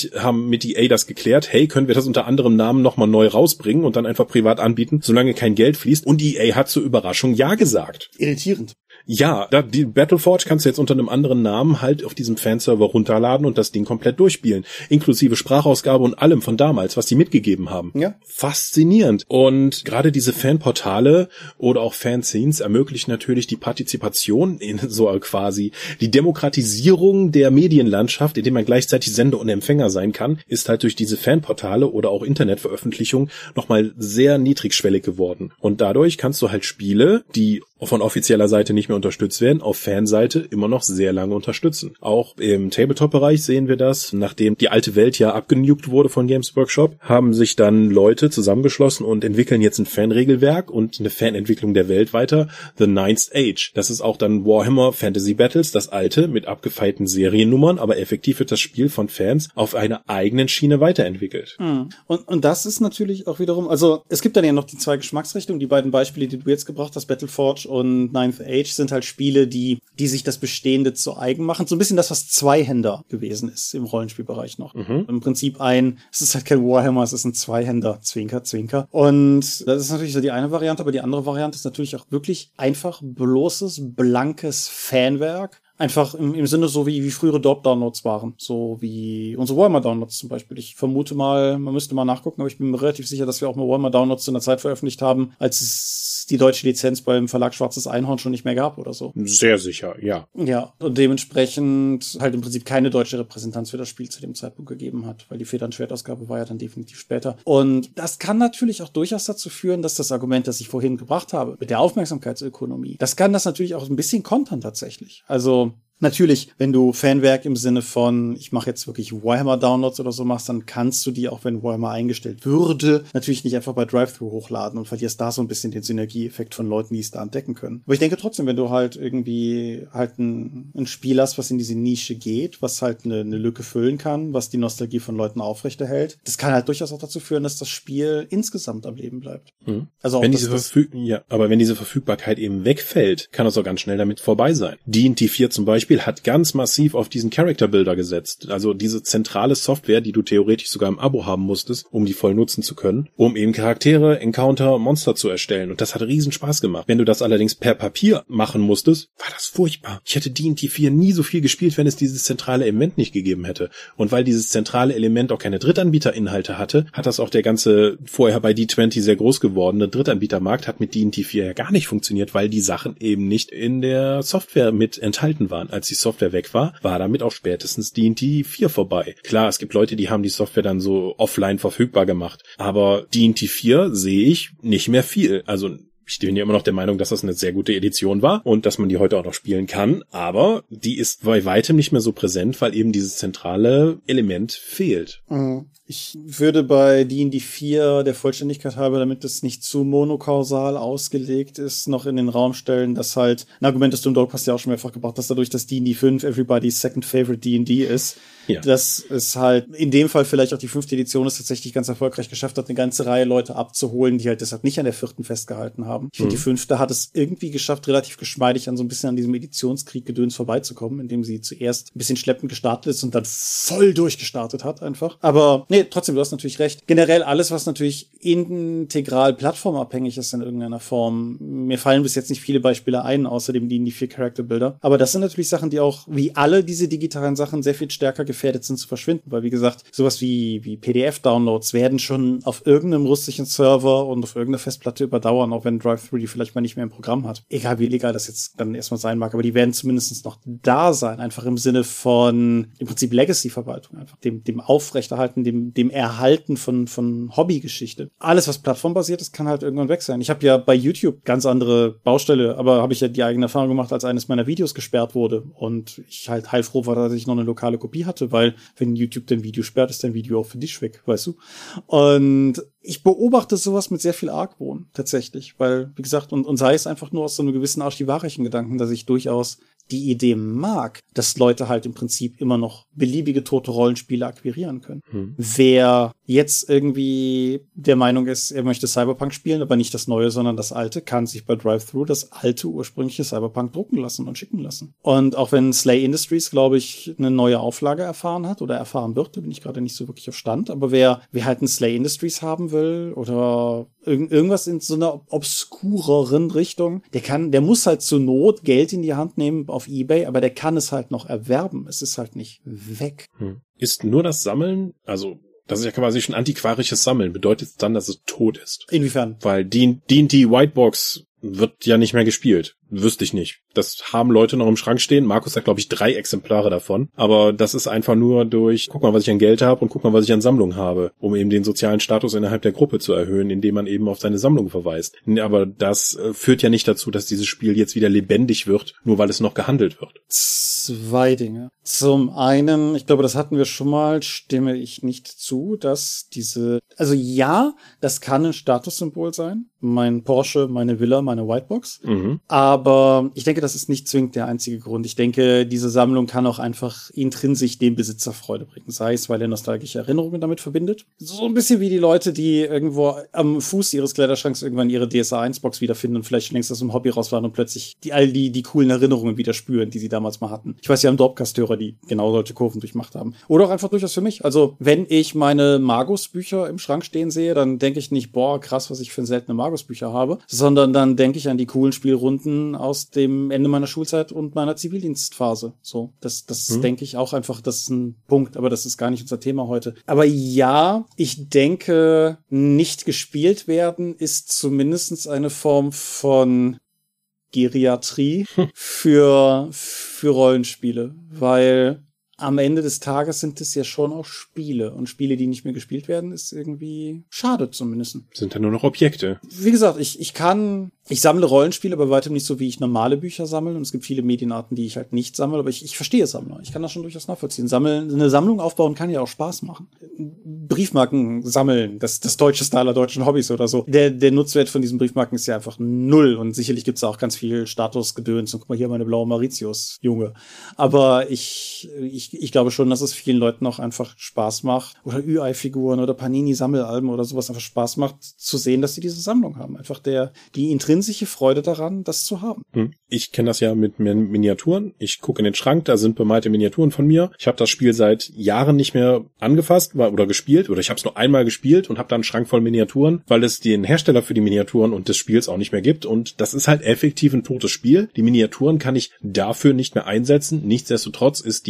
mit EA das geklärt, hey, können wir das unter anderem Namen nochmal neu rausbringen und dann einfach privat anbieten, solange kein Geld fließt. Und EA hat zur Überraschung ja gesagt. Irritierend. Ja, die Battleforge kannst du jetzt unter einem anderen Namen halt auf diesem Fanserver runterladen und das Ding komplett durchspielen. Inklusive Sprachausgabe und allem von damals, was die mitgegeben haben. Ja. Faszinierend. Und gerade diese Fanportale oder auch Fanzines ermöglichen natürlich die Partizipation in so quasi die Demokratisierung der Medienlandschaft, indem man gleichzeitig Sender und Empfänger sein kann, ist halt durch diese Fanportale oder auch Internetveröffentlichung nochmal sehr niedrigschwellig geworden. Und dadurch kannst du halt Spiele, die von offizieller Seite nicht mehr unterstützt werden, auf Fanseite immer noch sehr lange unterstützen. Auch im Tabletop-Bereich sehen wir das. Nachdem die alte Welt ja abgenugt wurde von Games Workshop, haben sich dann Leute zusammengeschlossen und entwickeln jetzt ein Fanregelwerk und eine Fanentwicklung der Welt weiter. The Ninth Age. Das ist auch dann Warhammer Fantasy Battles, das alte, mit abgefeilten Seriennummern, aber effektiv wird das Spiel von Fans auf einer eigenen Schiene weiterentwickelt. Und das ist natürlich auch wiederum, also es gibt dann ja noch die 2 Geschmacksrichtungen, die beiden Beispiele, die du jetzt gebracht hast, Battleforge und Ninth Age, sind halt Spiele, die sich das Bestehende zu eigen machen. So ein bisschen das, was Zweihänder gewesen ist im Rollenspielbereich noch. Im Prinzip es ist halt kein Warhammer, es ist ein Zweihänder, Zwinker, Zwinker. Und das ist natürlich so die eine Variante, aber die andere Variante ist natürlich auch wirklich einfach bloßes, blankes Fanwerk. Einfach im Sinne so wie frühere Downloads waren. So wie unsere Warhammer-Downloads zum Beispiel. Ich vermute mal, man müsste mal nachgucken, aber ich bin mir relativ sicher, dass wir auch mal Warhammer-Downloads zu einer Zeit veröffentlicht haben, als es die deutsche Lizenz beim Verlag Schwarzes Einhorn schon nicht mehr gab oder so. Sehr sicher, ja. Ja, und dementsprechend halt im Prinzip keine deutsche Repräsentanz für das Spiel zu dem Zeitpunkt gegeben hat, weil die Feder-und-Schwert-Ausgabe war ja dann definitiv später. Und das kann natürlich auch durchaus dazu führen, dass das Argument, das ich vorhin gebracht habe, mit der Aufmerksamkeitsökonomie, das kann das natürlich auch ein bisschen kontern tatsächlich. Also natürlich, wenn du Fanwerk im Sinne von, ich mache jetzt wirklich Warhammer-Downloads oder so machst, dann kannst du die, auch wenn Warhammer eingestellt würde, natürlich nicht einfach bei Drive-Thru hochladen und verlierst da so ein bisschen den Synergieeffekt von Leuten, die es da entdecken können. Aber ich denke trotzdem, wenn du halt irgendwie halt ein Spiel hast, was in diese Nische geht, was halt eine Lücke füllen kann, was die Nostalgie von Leuten aufrechterhält, das kann halt durchaus auch dazu führen, dass das Spiel insgesamt am Leben bleibt. Also auch wenn aber wenn diese Verfügbarkeit eben wegfällt, kann das auch ganz schnell damit vorbei sein. D&D 4 zum Beispiel hat ganz massiv auf diesen Character Builder gesetzt. Also diese zentrale Software, die du theoretisch sogar im Abo haben musstest, um die voll nutzen zu können, um eben Charaktere, Encounter, Monster zu erstellen. Und das hat riesen Spaß gemacht. Wenn du das allerdings per Papier machen musstest, war das furchtbar. Ich hätte D&D 4 nie so viel gespielt, wenn es dieses zentrale Element nicht gegeben hätte. Und weil dieses zentrale Element auch keine Drittanbieterinhalte hatte, hat das auch der ganze, vorher bei D20 sehr groß gewordene Drittanbietermarkt hat mit D&D 4 ja gar nicht funktioniert, weil die Sachen eben nicht in der Software mit enthalten waren. als die Software weg war, war damit auch spätestens D&D 4 vorbei. Klar, es gibt Leute, die haben die Software dann so offline verfügbar gemacht, aber D&D 4 sehe ich nicht mehr viel. Also ich bin ja immer noch der Meinung, dass das eine sehr gute Edition war und dass man die heute auch noch spielen kann, aber die ist bei weitem nicht mehr so präsent, weil eben dieses zentrale Element fehlt. Ich würde bei D&D 4 der Vollständigkeit halber, damit es nicht zu monokausal ausgelegt ist, noch in den Raum stellen, dass halt ein Argument, das du im Dogcast ja auch schon mehrfach gebracht hast, dadurch, dass D&D 5 everybody's second favorite D&D ist, dass es halt in dem Fall vielleicht auch die 5. Edition es tatsächlich ganz erfolgreich geschafft hat, eine ganze Reihe Leute abzuholen, die halt deshalb nicht an der 4. festgehalten haben. Ich finde, die 5. hat es irgendwie geschafft, relativ geschmeidig an so ein bisschen an diesem Editionskrieg-Gedöns vorbeizukommen, indem sie zuerst ein bisschen schleppend gestartet ist und dann voll durchgestartet hat einfach. Aber nee, trotzdem, du hast natürlich recht. Generell alles, was natürlich integral plattformabhängig ist in irgendeiner Form. Mir fallen bis jetzt nicht viele Beispiele ein, außer dem D&D 4 Character Builder. Aber das sind natürlich Sachen, die auch, wie alle diese digitalen Sachen, sehr viel stärker gefährdet sind zu verschwinden. Weil, wie gesagt, sowas wie PDF-Downloads werden schon auf irgendeinem russischen Server und auf irgendeiner Festplatte überdauern, auch wenn Drive-Thru die vielleicht mal nicht mehr im Programm hat. Egal, wie illegal das jetzt dann erstmal sein mag, aber die werden zumindest noch da sein. Einfach im Sinne von, im Prinzip Legacy-Verwaltung. Einfach dem Aufrechterhalten, dem Erhalten von Hobbygeschichte. Alles, was plattformbasiert ist, kann halt irgendwann weg sein. Ich habe ja bei YouTube ganz andere Baustelle, aber habe ich ja die eigene Erfahrung gemacht, als eines meiner Videos gesperrt wurde und ich halt heilfroh war, dass ich noch eine lokale Kopie hatte, weil wenn YouTube dein Video sperrt, ist dein Video auch für dich weg, weißt du? Und ich beobachte sowas mit sehr viel Argwohn, tatsächlich, weil, wie gesagt, und sei es einfach nur aus so einem gewissen archivarischen Gedanken, dass ich durchaus die Idee mag, dass Leute halt im Prinzip immer noch beliebige tote Rollenspiele akquirieren können. Wer jetzt irgendwie der Meinung ist, er möchte Cyberpunk spielen, aber nicht das Neue, sondern das Alte, kann sich bei Drive-Thru das alte, ursprüngliche Cyberpunk drucken lassen und schicken lassen. Und auch wenn Slay Industries, glaube ich, eine neue Auflage erfahren hat oder erfahren wird, da bin ich gerade nicht so wirklich auf Stand, aber wer halt ein Slay Industries haben will oder irgendwas in so einer obskureren Richtung, der muss halt zur Not Geld in die Hand nehmen auf eBay, aber der kann es halt noch erwerben. Es ist halt nicht weg. Ist nur das Sammeln, also das ist ja quasi schon antiquarisches Sammeln, bedeutet es dann, dass es tot ist? Inwiefern? Weil D&D Whitebox wird ja nicht mehr gespielt. Wüsste ich nicht. Das haben Leute noch im Schrank stehen. Markus hat, glaube ich, 3 Exemplare davon. Aber das ist einfach nur durch, guck mal, was ich an Geld habe und guck mal, was ich an Sammlung habe, um eben den sozialen Status innerhalb der Gruppe zu erhöhen, indem man eben auf seine Sammlung verweist. Aber das führt ja nicht dazu, dass dieses Spiel jetzt wieder lebendig wird, nur weil es noch gehandelt wird. 2 Dinge. Zum einen, ich glaube, das hatten wir schon mal, stimme ich nicht zu, dass also ja, das kann ein Statussymbol sein. Mein Porsche, meine Villa, meine Whitebox. Aber ich denke, das ist nicht zwingend der einzige Grund. Ich denke, diese Sammlung kann auch einfach intrinsisch dem Besitzer Freude bringen. Sei es, weil er nostalgische Erinnerungen damit verbindet. So ein bisschen wie die Leute, die irgendwo am Fuß ihres Kleiderschranks irgendwann ihre DSA 1-Box wiederfinden und vielleicht schon längst aus dem Hobby raus waren und plötzlich all die coolen Erinnerungen wieder spüren, die sie damals mal hatten. Ich weiß, wir haben Dropcast-Hörer, die genau solche Kurven durchmacht haben. Oder auch einfach durchaus für mich. Also, wenn ich meine Magus-Bücher im Schrank stehen sehe, dann denke ich nicht, boah, krass, was ich für seltene Magus-Bücher habe, sondern dann denke ich an die coolen Spielrunden aus dem Ende meiner Schulzeit und meiner Zivildienstphase. So, das denke ich auch einfach, das ist ein Punkt, aber das ist gar nicht unser Thema heute. Aber ja, ich denke, nicht gespielt werden ist zumindest eine Form von Geriatrie für Rollenspiele, weil am Ende des Tages sind es ja schon auch Spiele. Und Spiele, die nicht mehr gespielt werden, ist irgendwie schade zumindest. Sind ja nur noch Objekte. Wie gesagt, ich sammle Rollenspiele, aber bei weitem nicht so, wie ich normale Bücher sammle. Und es gibt viele Medienarten, die ich halt nicht sammle, aber ich verstehe Sammler. Ich kann das schon durchaus nachvollziehen. Eine Sammlung aufbauen kann ja auch Spaß machen. Briefmarken sammeln, das deutscheste aller deutschen Hobbys oder so. Der Nutzwert von diesen Briefmarken ist ja einfach 0. Und sicherlich gibt's da auch ganz viel Statusgedöns. Und guck mal hier, meine blaue Mauritius, Junge. Aber ich glaube schon, dass es vielen Leuten auch einfach Spaß macht. Oder Ü-Ei-Figuren oder Panini-Sammelalben oder sowas einfach Spaß macht, zu sehen, dass sie diese Sammlung haben. Einfach die intrinsische Freude daran, das zu haben. Ich kenne das ja mit Miniaturen. Ich gucke in den Schrank, da sind bemalte Miniaturen von mir. Ich habe das Spiel seit Jahren nicht mehr angefasst oder gespielt. Oder ich habe es nur einmal gespielt und habe da einen Schrank voll Miniaturen, weil es den Hersteller für die Miniaturen und des Spiels auch nicht mehr gibt. Und das ist halt effektiv ein totes Spiel. Die Miniaturen kann ich dafür nicht mehr einsetzen. Nichtsdestotrotz ist die Leistung,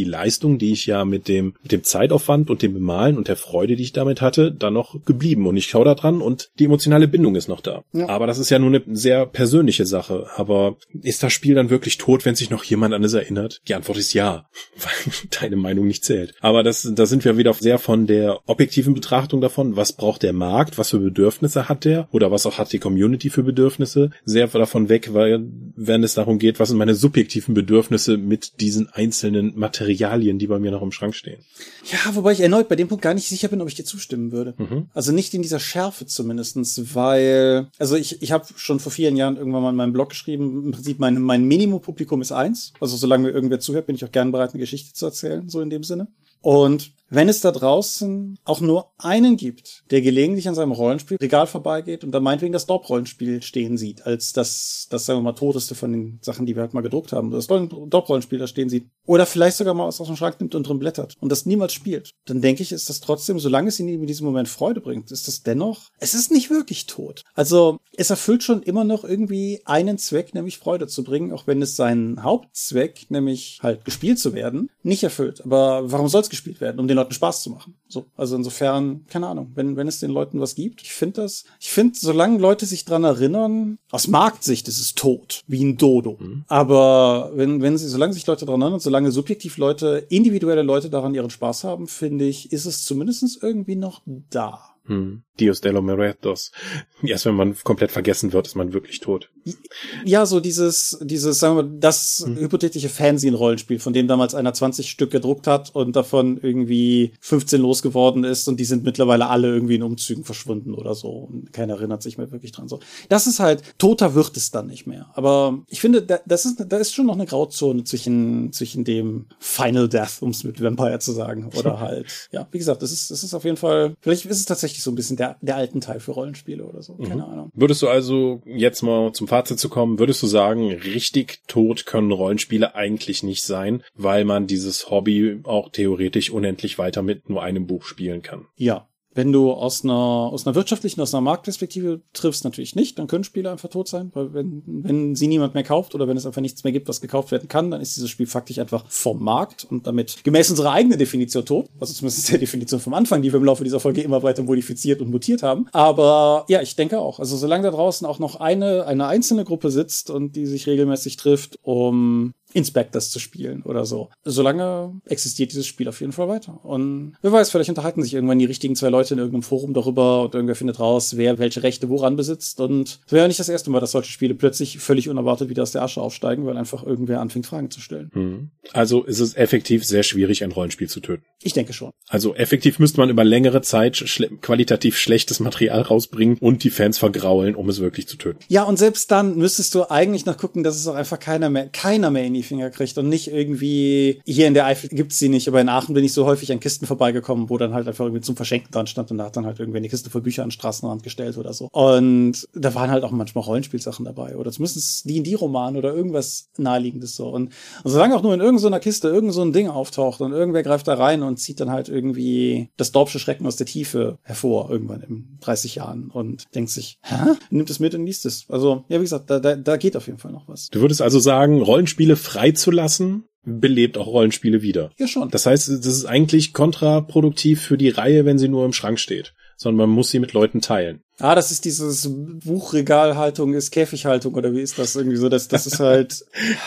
Betrachtung, die ich ja mit dem Zeitaufwand und dem Bemalen und der Freude, die ich damit hatte, dann noch geblieben. Und ich schaue da dran und die emotionale Bindung ist noch da. Ja. Aber das ist ja nur eine sehr persönliche Sache. Aber ist das Spiel dann wirklich tot, wenn sich noch jemand an es erinnert? Die Antwort ist ja, weil deine Meinung nicht zählt. Aber da sind wir wieder sehr von der objektiven Betrachtung davon, was braucht der Markt, was für Bedürfnisse hat der oder was auch hat die Community für Bedürfnisse, sehr davon weg, weil wenn es darum geht, was sind meine subjektiven Bedürfnisse mit diesen einzelnen Materialien, die bei mir noch im Schrank stehen. Ja, wobei ich erneut bei dem Punkt gar nicht sicher bin, ob ich dir zustimmen würde. Also nicht in dieser Schärfe zumindestens, weil, also ich habe schon vor vielen Jahren irgendwann mal in meinem Blog geschrieben, im Prinzip mein Minimum-Publikum ist 1. Also solange mir irgendwer zuhört, bin ich auch gerne bereit, eine Geschichte zu erzählen, so in dem Sinne. Und wenn es da draußen auch nur einen gibt, der gelegentlich an seinem Rollenspielregal vorbeigeht und da meinetwegen das Dorp-Rollenspiel stehen sieht, als das sagen wir mal, toteste von den Sachen, die wir halt mal gedruckt haben, das Dorp-Rollenspiel da stehen sieht, oder vielleicht sogar mal was aus dem Schrank nimmt und drin blättert und das niemals spielt, dann denke ich, ist das trotzdem, solange es ihm in diesem Moment Freude bringt, ist das dennoch, es ist nicht wirklich tot. Also es erfüllt schon immer noch irgendwie einen Zweck, nämlich Freude zu bringen, auch wenn es seinen Hauptzweck, nämlich halt gespielt zu werden, nicht erfüllt. Aber warum soll es gespielt werden? Um den Leuten Spaß zu machen. So, also insofern, keine Ahnung, wenn es den Leuten was gibt. Ich finde, solange Leute sich dran erinnern, aus Marktsicht ist es tot, wie ein Dodo. Aber solange sich Leute dran erinnern, solange subjektiv individuelle Leute daran ihren Spaß haben, finde ich, ist es zumindest irgendwie noch da. Dios de los Muertos. Erst wenn man komplett vergessen wird, ist man wirklich tot. Ja, so dieses, sagen wir mal, das hypothetische Fanzine-Rollenspiel, von dem damals einer 20 Stück gedruckt hat und davon irgendwie 15 losgeworden ist und die sind mittlerweile alle irgendwie in Umzügen verschwunden oder so und keiner erinnert sich mehr wirklich dran. So, das ist halt, toter wird es dann nicht mehr. Aber ich finde, da ist schon noch eine Grauzone zwischen dem Final Death, um es mit Vampire zu sagen, oder halt, ja, wie gesagt, es ist auf jeden Fall, vielleicht ist es tatsächlich so ein bisschen der alten Teil für Rollenspiele oder so, keine Ahnung. Würdest du also, jetzt mal zum Fazit zu kommen, würdest du sagen, richtig tot können Rollenspiele eigentlich nicht sein, weil man dieses Hobby auch theoretisch unendlich weiter mit nur einem Buch spielen kann? Ja. Wenn du aus einer wirtschaftlichen, aus einer Marktperspektive triffst, natürlich nicht, dann können Spiele einfach tot sein, weil wenn sie niemand mehr kauft oder wenn es einfach nichts mehr gibt, was gekauft werden kann, dann ist dieses Spiel faktisch einfach vom Markt und damit gemäß unserer eigenen Definition tot, also zumindest der Definition vom Anfang, die wir im Laufe dieser Folge immer weiter modifiziert und mutiert haben. Aber ja, ich denke auch, also solange da draußen auch noch eine einzelne Gruppe sitzt und die sich regelmäßig trifft, um Inspectors zu spielen oder so. Solange existiert dieses Spiel auf jeden Fall weiter. Und wer weiß, vielleicht unterhalten sich irgendwann die richtigen zwei Leute in irgendeinem Forum darüber und irgendwer findet raus, wer welche Rechte woran besitzt. Und es wäre ja nicht das erste Mal, dass solche Spiele plötzlich völlig unerwartet wieder aus der Asche aufsteigen, weil einfach irgendwer anfängt, Fragen zu stellen. Also ist es effektiv sehr schwierig, ein Rollenspiel zu töten. Ich denke schon. Also effektiv müsste man über längere Zeit qualitativ schlechtes Material rausbringen und die Fans vergraulen, um es wirklich zu töten. Ja, und selbst dann müsstest du eigentlich noch gucken, dass es auch einfach keiner mehr in die Finger kriegt und nicht irgendwie, hier in der Eifel gibt's sie nicht, aber in Aachen bin ich so häufig an Kisten vorbeigekommen, wo dann halt einfach irgendwie zum Verschenken dran stand und da hat dann halt irgendwie eine Kiste voll Bücher an den Straßenrand gestellt oder so. Und da waren halt auch manchmal Rollenspielsachen dabei oder zumindest D&D-Roman oder irgendwas Naheliegendes so. Und solange auch nur in irgendeiner Kiste irgend so ein Ding auftaucht und irgendwer greift da rein und zieht dann halt irgendwie das Dorpsche Schrecken aus der Tiefe hervor, irgendwann in 30 Jahren und denkt sich, nimmt es mit und liest es. Also, ja, wie gesagt, da geht auf jeden Fall noch was. Du würdest also sagen, Rollenspiele freizulassen belebt auch Rollenspiele wieder. Ja, schon. Das heißt, das ist eigentlich kontraproduktiv für die Reihe, wenn sie nur im Schrank steht, sondern man muss sie mit Leuten teilen. Das ist dieses Buchregalhaltung ist Käfighaltung oder wie ist das irgendwie so? Das ist halt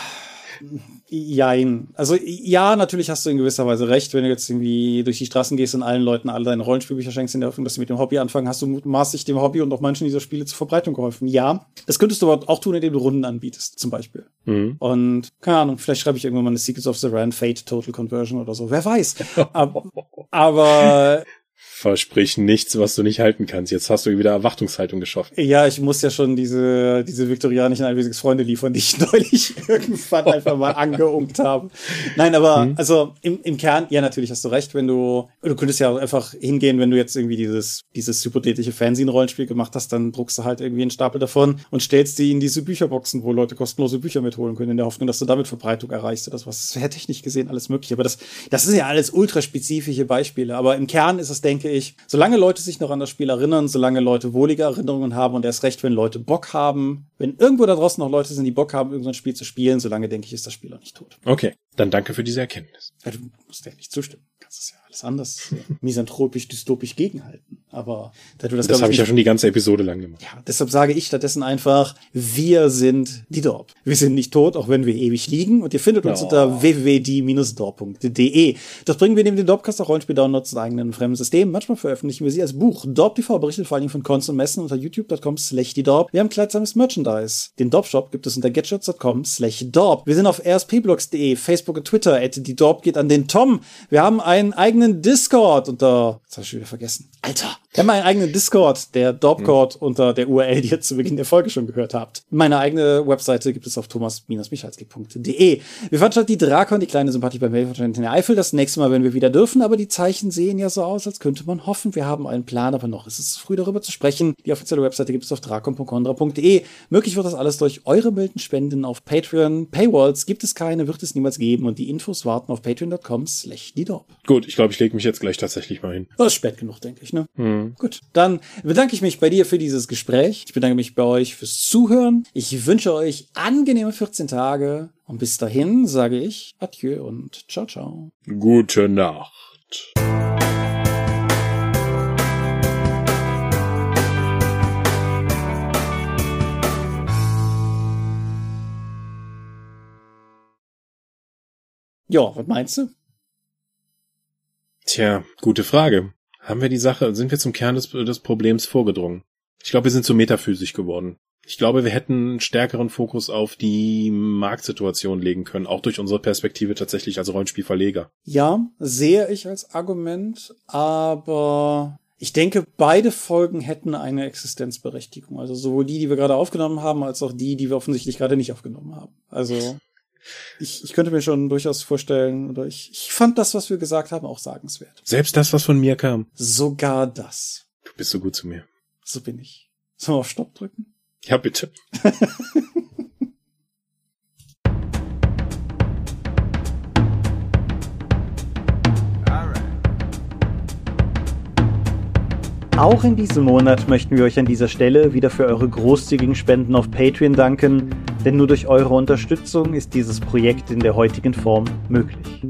jein. Also ja, natürlich hast du in gewisser Weise recht, wenn du jetzt irgendwie durch die Straßen gehst und allen Leuten alle deine Rollenspielbücher schenkst in der Hoffnung, dass sie mit dem Hobby anfangen, hast du mutmaßlich dem Hobby und auch manchen dieser Spiele zur Verbreitung geholfen. Ja, das könntest du aber auch tun, indem du Runden anbietest, zum Beispiel. Und, keine Ahnung, vielleicht schreibe ich irgendwann mal eine Secrets of the Rand Fate Total Conversion oder so. Wer weiß. Aber Versprich nichts, was du nicht halten kannst. Jetzt hast du wieder Erwartungshaltung geschaffen. Ja, ich muss ja schon diese viktorianischen einwesiges Freunde liefern, die ich neulich irgendwann einfach mal angeunkt habe. Nein, aber also im Kern, ja, natürlich hast du recht, wenn du könntest ja einfach hingehen, wenn du jetzt irgendwie dieses hypothetische Fernsehen-Rollenspiel gemacht hast, dann druckst du halt irgendwie einen Stapel davon und stellst die in diese Bücherboxen, wo Leute kostenlose Bücher mitholen können, in der Hoffnung, dass du damit Verbreitung erreichst oder was. Das wäre technisch gesehen alles möglich, aber das sind ja alles ultraspezifische Beispiele, aber im Kern ist es, denke ich, solange Leute sich noch an das Spiel erinnern, solange Leute wohlige Erinnerungen haben und erst recht, wenn Leute Bock haben, wenn irgendwo da draußen noch Leute sind, die Bock haben, irgendein Spiel zu spielen, solange, denke ich, ist das Spiel auch nicht tot. Okay. Dann danke für diese Erkenntnis. Ja, du musst ja nicht zustimmen. Du kannst es ja alles anders misanthropisch, dystopisch gegenhalten. Aber da du das habe ich ja schon die ganze Episode lang gemacht. Ja, deshalb sage ich stattdessen einfach, wir sind die Dorp. Wir sind nicht tot, auch wenn wir ewig liegen. Und ihr findet uns unter www.die-dorp.de. Das bringen wir neben dem Dorpcast auch Rollenspiel-Downloads in eigenen fremden Systemen. Manchmal veröffentlichen wir sie als Buch. Dorp TV berichtet vor allem von Cons und Messen unter youtube.com/die-dorp. Wir haben kleidsames Merchandise. Den Dorp-Shop gibt es unter getshirts.com/dorp. Wir sind auf rspblogs.de, Facebook und Twitter. Die Dorp geht an den Tom. Wir haben einen eigenen Discord unter, das habe ich schon wieder vergessen. Alter. Wir haben einen eigenen Discord, der Dorpcord unter der URL, die ihr zu Beginn der Folge schon gehört habt. Meine eigene Webseite gibt es auf thomas-michalski.de. Wir veranstalten die Drakon, die kleine Sympathie beim Weltverband in der Eifel, das nächste Mal, wenn wir wieder dürfen, aber die Zeichen sehen ja so aus, als könnte man hoffen, wir haben einen Plan, aber noch ist es früh darüber zu sprechen. Die offizielle Webseite gibt es auf drakon.condra.de. Möglich wird das alles durch eure milden Spenden auf Patreon. Paywalls gibt es keine, wird es niemals geben und die Infos warten auf patreon.com/die-dorp. Gut, ich glaube, ich lege mich jetzt gleich tatsächlich mal hin. Das ist spät genug, denke ich, ne? Gut, dann bedanke ich mich bei dir für dieses Gespräch. Ich bedanke mich bei euch fürs Zuhören. Ich wünsche euch angenehme 14 Tage. Und bis dahin sage ich Adieu und ciao, ciao. Gute Nacht. Ja, was meinst du? Tja, gute Frage. Sind wir zum Kern des Problems vorgedrungen? Ich glaube, wir sind zu metaphysisch geworden. Ich glaube, wir hätten einen stärkeren Fokus auf die Marktsituation legen können, auch durch unsere Perspektive tatsächlich als Rollenspielverleger. Ja, sehe ich als Argument, aber ich denke, beide Folgen hätten eine Existenzberechtigung. Also sowohl die wir gerade aufgenommen haben, als auch die wir offensichtlich gerade nicht aufgenommen haben. Also ich könnte mir schon durchaus vorstellen, oder ich fand das, was wir gesagt haben, auch sagenswert. Selbst das, was von mir kam. Sogar das. Du bist so gut zu mir. So bin ich. Sollen wir auf Stopp drücken? Ja, bitte. Auch in diesem Monat möchten wir euch an dieser Stelle wieder für eure großzügigen Spenden auf Patreon danken, denn nur durch eure Unterstützung ist dieses Projekt in der heutigen Form möglich.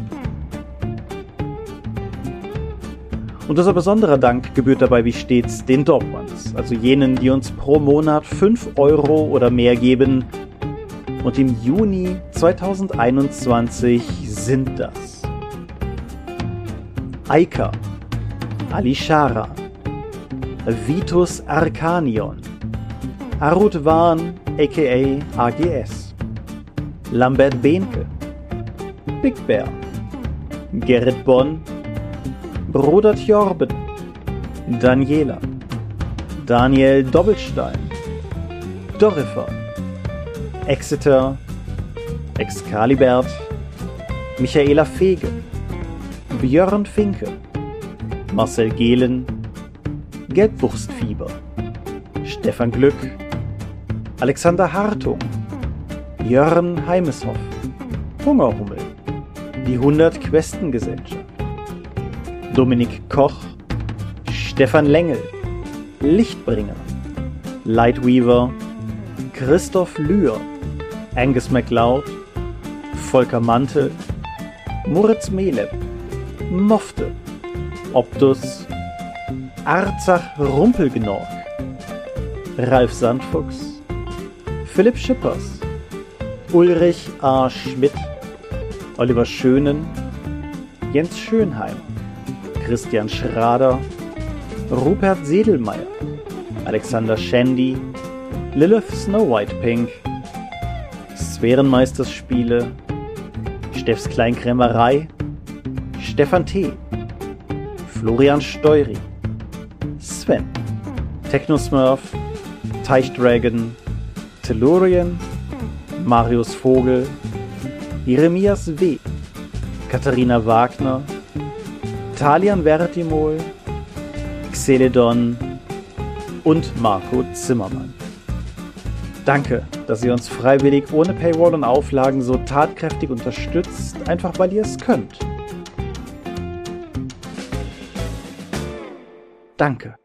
Und unser besonderer Dank gebührt dabei wie stets den Dorp Ones, also jenen, die uns pro Monat 5 € oder mehr geben. Und im Juni 2021 sind das Aika, Alishara, Vitus Arcanion, Arut Wahn aka AGS, Lambert Behnke, Big Bear, Gerrit Bonn, Brodert Jorben, Daniela, Daniel Doppelstein, Dorifer, Exeter, Excalibert, Michaela Fege, Björn Finke, Marcel Gehlen, Gelbwurstfieber, Stefan Glück, Alexander Hartung, Jörn Heimeshoff, Hungerhummel, die 100 Questengesellschaft, Dominik Koch, Stefan Lengel, Lichtbringer, Lightweaver, Christoph Lühr, Angus MacLeod, Volker Mantel, Moritz Meleb, Mofte, Optus, Arzach Rumpelgnorg, Ralf Sandfuchs, Philipp Schippers, Ulrich A. Schmidt, Oliver Schönen, Jens Schönheim, Christian Schrader, Rupert Sedelmeier, Alexander Shandy, Lilith Snow White Pink, Sphärenmeisterspiele, Steffs Kleinkrämerei, Stefan T., Florian Steury, Sven, Technosmurf, Teichdragon, Tellurien, Marius Vogel, Jeremias W., Katharina Wagner, Talian Vertimol, Xeledon und Marco Zimmermann. Danke, dass ihr uns freiwillig ohne Paywall und Auflagen so tatkräftig unterstützt, einfach weil ihr es könnt. Danke.